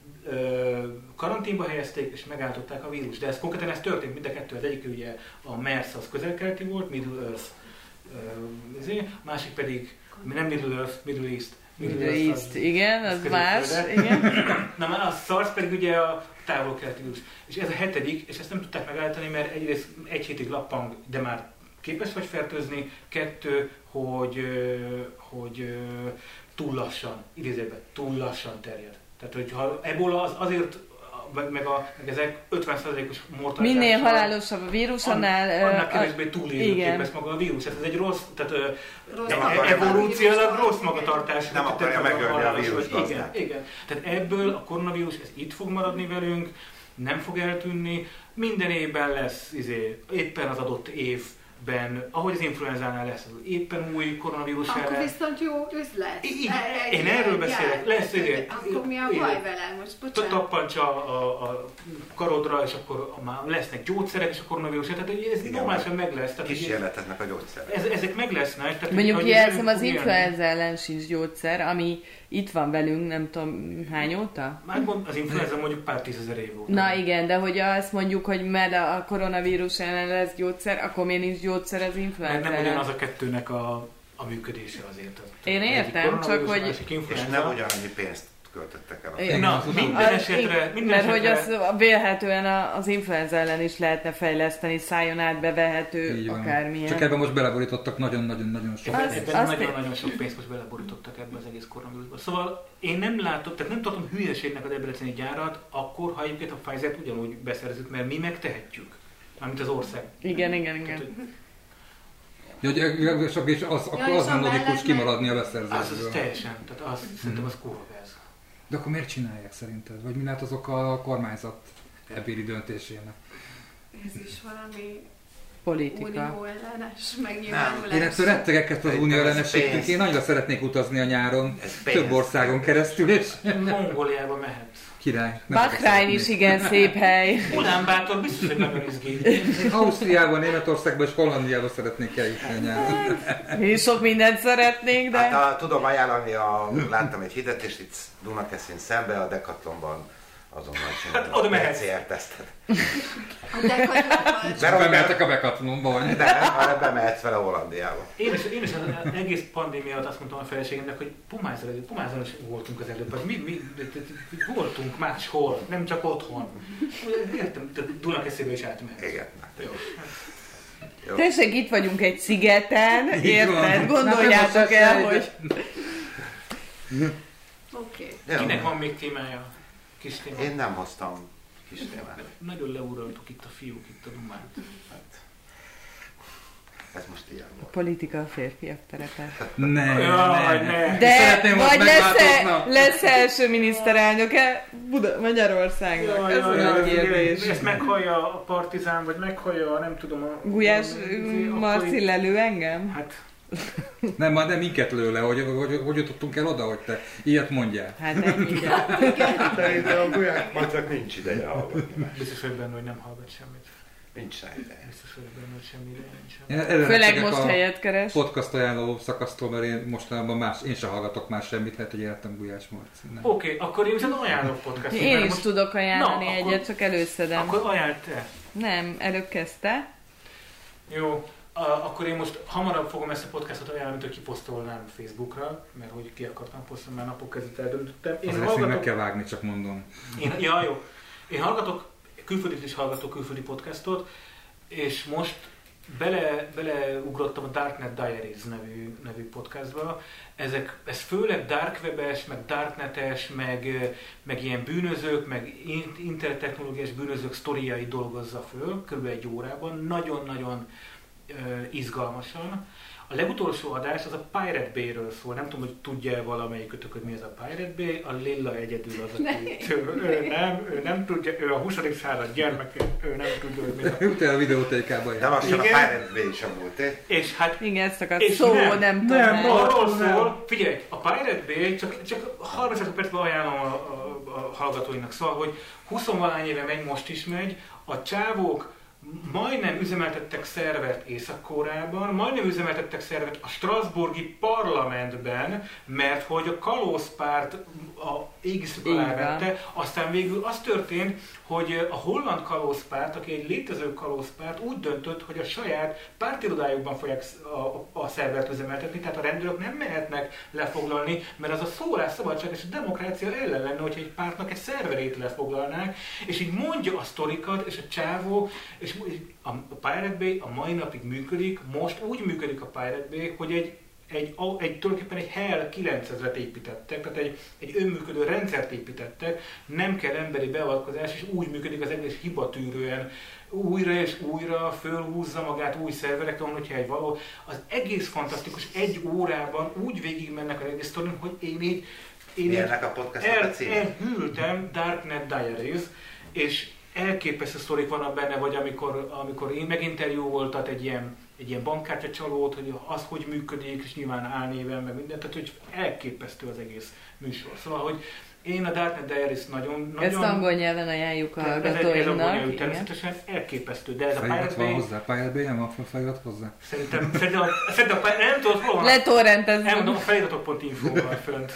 Karanténba helyezték, és megálltották a vírus. De ez konkrétan ez történt, mind a kettő. Az egyik ugye a MERS az közel-keleti volt, Middle Earth, uh, a másik pedig nem Middle Earth, Middle East. Middle, Middle East, East, az, igen, az, az más. Igen. Na már a SARS pedig ugye a távol-keleti vírus. És ez a hetedik, és ezt nem tudták megállítani, mert egyrészt egy hétig lappang, de már képes vagy fertőzni, kettő, hogy, hogy túl lassan, idézőben túl lassan terjed. Tehát, hogyha ebola az azért, meg, a, meg ezek ötven százalékos mortalitással... Minél halálosabb a vírus, annál... Annál kevésbé túlélőképes maga a vírus. Tehát ez egy rossz, tehát rossz evolúciólag rossz magatartás. Nem akarja megölni a vírus. Igen, igen. Tehát ebből a koronavírus ez itt fog maradni velünk, nem fog eltűnni, minden évben lesz izé, éppen az adott évben, ahogy az influenzánál lesz, éppen új koronavírus Akkor ellen. viszont jó üzlet. I- Én erről beszélek, lesz izé. Akkor mi a baj vele most? Bocsánat. Tappancs a, a, a karodra, és akkor már lesznek gyógyszerek, és a koronavírus, tehát ez Igen, normálisan meg lesz. Tehát, kísérleteznek a gyógyszerek. ez, ezek meg lesznek. Tehát, Mondjuk hogy jelzem, az ugyan- influenza ellen sincs gyógyszer, ami itt van velünk, nem tudom hány óta? Már mond, az influenza mondjuk pár tízezer év óta. Na igen, de hogy azt mondjuk, hogy mert a koronavírus ellen lesz gyógyszer, akkor miért nincs gyógyszer az Mert influenza nem ellen? ugyanaz a kettőnek a, a működése azért. Én Egyik értem, koronavírus, csak hogy- a másik És influenza. nem ugyanannyi pénzt költöttek el. Igen. Na, minden Az- esetre, minden Mert hogy esetre az vélhetően a- az influenza ellen is lehetne fejleszteni, szájon át bevehető, Így van. akármilyen. Csak ebben most beleborítottak nagyon-nagyon-nagyon sok. Az- Ebben azt- nagyon-nagyon sok pénzt most beleborítottak ebbe az egész koronavírusba. Szóval én nem látom, tehát nem tartom hülyeségnek a debreceni gyárat, akkor, ha egyébként a Pfizer-t ugyanúgy beszerzük, mert mi megtehetjük. Mármint az ország. Igen, igen, Tehát, igen. hogy Ja, hogy- és, és az, akkor Ja, és az nem a logikus mellett kimaradni a Az, az beszerzésből. teljesen, tehát az, szerintem az kurva gáz. De akkor miért csinálják szerinted? Vagy mi lehet azok a kormányzat ebbéli döntésének? Ez is valami Politika. unió ellenes megnyilvánulás. Én ettől rettegek ezt az Szerintem unió ez ellenességtől. pénz. Én annyira szeretnék utazni a nyáron, Ez pénz. több országon keresztül, és Mongóliába mehet. király. nem Bahrein szeretnék. is igen szép hely. Ulánbátor biztos, hogy nagyon izgi. Én Ausztriában, Németországban és Hollandiában szeretnék eljutni a nyáron. Mi is sok mindent szeretnénk, Hát de... a, tudom ajánlani, a, láttam egy hirdetést itt Dunakeszin szembe, a Decathlonban azonnal Hát oda csinálom mehetsz. pé cé er tesztet. A Decathlonban Mert ott Bemeltek a Bekatlonba, vagy? De nem, hanem bemehetsz vele Hollandiába. Én is, én is az egész pandémia alatt azt mondtam a feleségemnek, hogy Pumázon, Pumázon is voltunk az előbb, vagy mi, mi, voltunk máshol, nem csak otthon. Értem, Dunakeszébe is átmehet. Igen. Jó. Jó. Tessék, itt vagyunk egy szigeten, Így érted? van. Gondoljátok Na, el, nem hogy... Oké. Jó. Kinek van még témája? Kis téma? Én nem hoztam kis témát. Nagyon leuraltuk itt a fiúk, itt a Dumát. Hát, ez most ilyen A volt. politika a férfiak terepe. Ne, Jaj, ne, ne. De Szeretném, hogy vagy lesz, megváltozna. lesz első miniszterelnöke Buda, Magyarországnak? Jaj, Ez a jaj, nagy jaj, kérdés. Ezt meghallja a Partizán, vagy meghallja a nem tudom a... Gulyás akkor Marci így- lelő engem? Hát, Nem, már nem minket lő le, hogy, hogy, hogy jutottunk el oda, hogy te ilyet mondjál. Hát ennyi. Szerintem a Gulyás Marcinak nincs ideje hallgatni már. biztos vagy benne, hogy nem hallgat semmit. Nincs rá ideje. Biztos vagy benne, hogy semmi ideje nincsen. Én erre Főleg rettegek most a helyet keres. podcast ajánló szakasztól, mert én mostanában más, én sem hallgatok már semmit, lehet, hogy életem Gulyás Marci. Nem. Oké, akkor én viszont ajánlok podcastot. Én mert is most- tudok ajánlani Na, akkor- egyet, csak előszedem. Akkor ajánl te. Nem, előbb kezdte. Jó, a, akkor én most hamarabb fogom ezt a podcastot ajánlani, mint hogy kiposztolnám Facebookra, mert hogy ki akartam posztolni, már napok kezdet eldöntöttem. Én Az ezt még meg hallgatok, kell vágni, csak mondom. én, ja, jó. Én hallgatok, külföldit is hallgatok külföldi podcastot, és most bele, beleugrottam a Darknet Diaries nevű, nevű podcastba. Ezek, ez főleg darkwebes, meg darknetes, meg, meg ilyen bűnözők, meg in- internettechnológiás bűnözők sztoriai dolgozza föl, kb. Egy órában, nagyon-nagyon ö, izgalmasan. A legutolsó adás az a Pirate Bay-ről szól. Nem tudom, hogy tudja valamelyikötök, hogy mi az a Pirate Bay. A Lilla egyedül az, aki ő, ő, nem, ő nem tudja, ő a huszadik század gyermeke, ő nem tudja, hogy mi az a... Juttál a videótékába. De lassan a Igen. Pirate Bay sem volt, eh? És hát Igen, ezt akart És szó, nem, nem, tudom. nem, el. arról szól, figyelj, a Pirate Bay, csak, csak harminc percben ajánlom a, a, a hallgatóinak, szóval, hogy húsz-valány éve megy, most is megy, a csávók majdnem üzemeltettek szervet Észak-Koreában, majdnem üzemeltettek szervet a Strasbourgi parlamentben, mert hogy a kalózpárt a égiszük alá Így van. vette, aztán végül az történt, hogy a holland kalózpárt, aki egy létező kalózpárt úgy döntött, hogy a saját pártirodájukban fogják a, a, a szervert üzemeltetni, tehát a rendőrök nem mehetnek lefoglalni, mert az a szólásszabadság és a demokrácia ellen lenne, hogyha egy pártnak egy szerverét lefoglalnák, és így mondja a sztorikat, és a csávó, és a Pirate Bay a mai napig működik, most úgy működik a Pirate Bay, hogy egy Egy, egy, tulajdonképpen egy Hell kilencezret építettek, tehát egy, egy önműködő rendszert építettek, nem kell emberi beavatkozás, és úgy működik az egész hibatűrően, újra és újra fölhúzza magát új szerverekre, hogyha egy való. Az egész fantasztikus, egy órában úgy végig mennek az egész sztorin, hogy én így, én Mi így ennek a podcastnak a el, címe? elhűltem Darknet Diaries, és elképesztő sztorik vannak benne, vagy amikor, amikor én meginterjú voltat egy ilyen, egy ilyen bankkártya csalót, hogy az hogy működik, és nyilván álnéven, meg mindent, tehát hogy elképesztő az egész műsor. Szóval, hogy én a Darknet Diaries nagyon... Ezt nagyon angol nyelven ajánljuk a hallgatóinknak. Ez angol nyelvű, természetesen elképesztő, de ez a Felirat Pirate van Bay... hozzá? Pirate Bay nem van felirat hozzá? Szerintem, szerintem, a, szerintem a, nem tudod, hol van? Letorrentezzük. Elmondom, a feliratok pont info van fönt.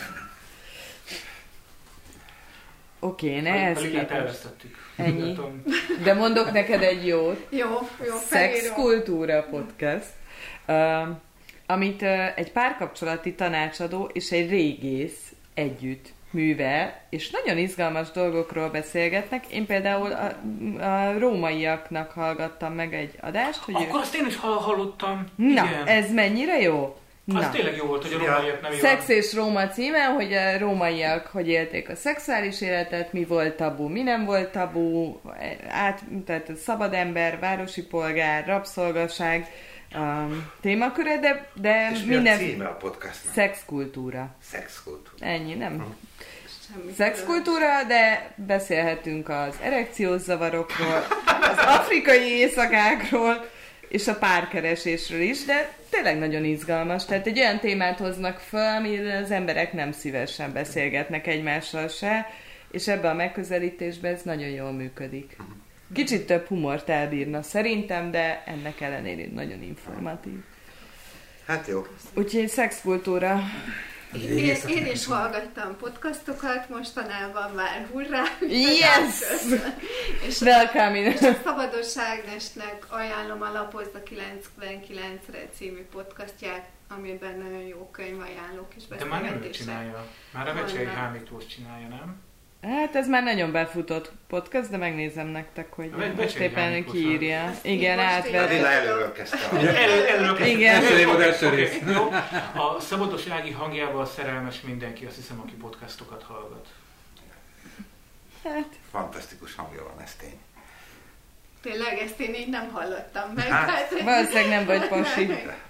Oké, okay, ne A, ezt a lilát elvesztettük. Ennyi. De mondok neked egy jót. Jó, jó, Szexkultúra podcast, uh, amit uh, egy párkapcsolati tanácsadó és egy régész együtt művel, és nagyon izgalmas dolgokról beszélgetnek. Én például a, a rómaiaknak hallgattam meg egy adást, hogy Akkor ő... azt én is hallottam. Na, Igen. ez mennyire jó? Az Na. tényleg jó volt, hogy a rómaiak nem jó. Szex és Róma címen, hogy a rómaiak hogy élték a szexuális életet, mi volt tabu, mi nem volt tabu, át, tehát a szabad ember, városi polgár, rabszolgaság um, témaköre, de, de És minden... mi a címe a podcastnak? Szexkultúra. Szexkultúra. Ennyi, nem? Hm. Semmi Szexkultúra, de beszélhetünk az erekciós zavarokról, az afrikai éjszakákról, és a párkeresésről is, de tényleg nagyon izgalmas. Tehát egy olyan témát hoznak föl, amiről az emberek nem szívesen beszélgetnek egymással se, és ebben a megközelítésben ez nagyon jól működik. Kicsit több humort elbírna szerintem, de ennek ellenére nagyon informatív. Hát jó. Úgyhogy szexkultúra. Én, én is hallgattam podcastokat, mostanában már hurrá! Yes! És Welcome in. És a Szabados Ágnesnek ajánlom a Lapozda kilencvenkilencre című podcastját, amiben nagyon jó könyvajánlók és De már nem ő beszélgetések. csinálja. Már a Vecsei H. Miklós csinálja, nem? Hát ez már nagyon befutott podcast, de megnézem nektek, hogy A Vecsei most éppen Jánikus kiírja. Ezt Igen, most A átvet. Lila előről kezdte. Elő, előről kezdtem. Igen. Első évad, első Oké, rész. jó. A Szabados Ági hangjával szerelmes mindenki, azt hiszem, aki podcastokat hallgat. Hát, Fantasztikus hangja van, ez tény. Tényleg, ezt én így nem hallottam meg. Hát, hát, valószínűleg nem vagy pasi.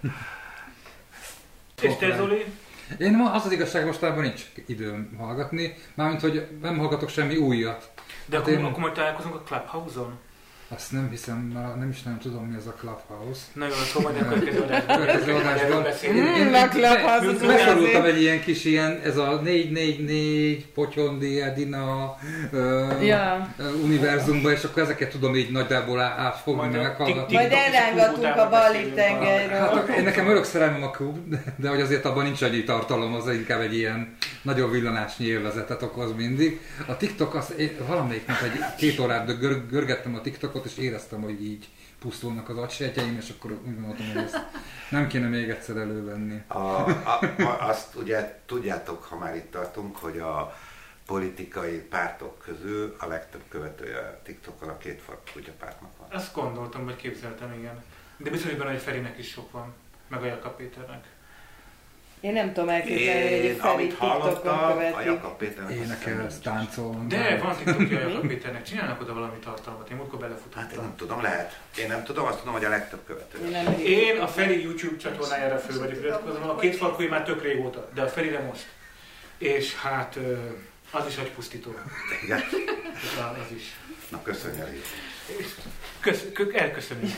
És te, Zoli? Én ma az az igazság, mostában nincs időm hallgatni, mármint, hogy nem hallgatok semmi újat. De Hát akkor, én- akkor majd találkozunk a Clubhouse-on? Azt nem hiszem, már nem is nem tudom, mi az a Clubhouse. Na jó, szóval majd a következő adásban. Következő adásban. Erről beszélünk. Mm, Én- a én- Clubhouse én- az Megszorultam azért. egy ilyen kis ilyen, ez a négy négy négy, Potyondi, Edina uh, Ja. univerzumba, és akkor ezeket tudom így nagyjából á- átfogni, Majd meg a meghallgatni. TikTok Majd elrángatunk a Ballik Hát, tengerről. én nekem örök szerelmem a klub, de, de hogy azért abban nincs annyi tartalom, az inkább egy ilyen nagyon villanásnyi élvezetet okoz mindig. A TikTok, az, én valamelyik nap egy két órát gör, görgettem a TikTokot, és éreztem, hogy így pusztulnak az agysejtjeim, és akkor úgy gondoltam, hogy ezt nem kéne még egyszer elővenni. A, a, a, azt ugye tudjátok, ha már itt tartunk, hogy a politikai pártok közül a legtöbb követője TikTokon a két fal kutyapártnak van. Azt gondoltam, vagy képzeltem, igen. De biztos, hogy benne, hogy Ferinek is sok van. Meg a Jakab Péternek. Én nem tudom elképzelni, hogy Én, egy Feri amit TikTokon hallottam, a követik. Jakab Péternek azt hiszem Énekelsz, nincs. táncolnak. De van TikTokja a Jakab Péternek. Csinálnak oda valami tartalmat. Én múltkor Hát én belefutottam. nem tudom, lehet. Én nem tudom, azt tudom, hogy a legtöbb Én követője. nem Én a Feri YouTube csatornájára föl vagyok iratkozva, a két farkúi már tök régóta, de a Ferire most. És hát ö, az is agypusztító. Igen. Az is. Na, köszönj el. És kösz, kö, elköszönünk.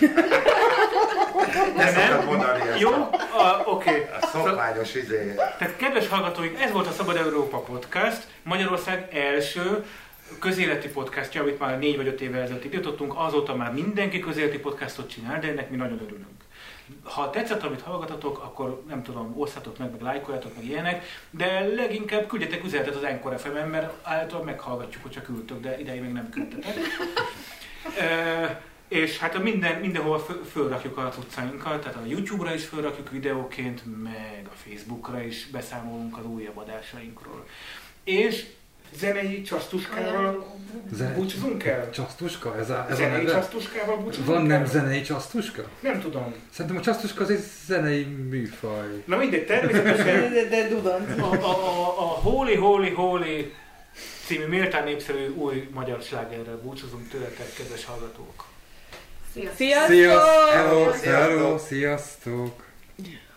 Ne szoktad mondani ezt Jó? a, A, Oké. a szokványos izé. Tehát kedves hallgatóink, ez volt a Szabad Európa Podcast, Magyarország első közéleti podcastja, amit már négy vagy öt évvel ezelőtt indítottunk, azóta már mindenki közéleti podcastot csinál, de ennek mi nagyon örülünk. Ha tetszett, amit hallgatatok, akkor nem tudom, osszátok meg, meg lájkoljátok, meg ilyenek, de leginkább küldjetek üzenetet az Encore ef em-en, mert általában meghallgatjuk, hogyha küldtök, de ideig még nem küldtetek. e, és hát a minden, mindenhol föl, fölrakjuk a utcáinkat, tehát a YouTube-ra is fölrakjuk videóként, meg a Facebookra is beszámolunk az újabb adásainkról. És zenei csasztuskával Ze- búcsúzunk el? Csasztuska? Ez a, ez a Zenei neve? csasztuskával búcsúzunk Van el? nem zenei csasztuska? Nem tudom. Szerintem a csasztuska az egy zenei műfaj. Na mindegy, természetesen De, de dudant. a, a, a, a Holy Holy Holy című méltán népszerű új magyar slágerrel búcsúzunk tőletek, kedves hallgatók. Sziasztok! Sziasztok! Sziasztok! Hello, Sziasztok! hello, sziasztok!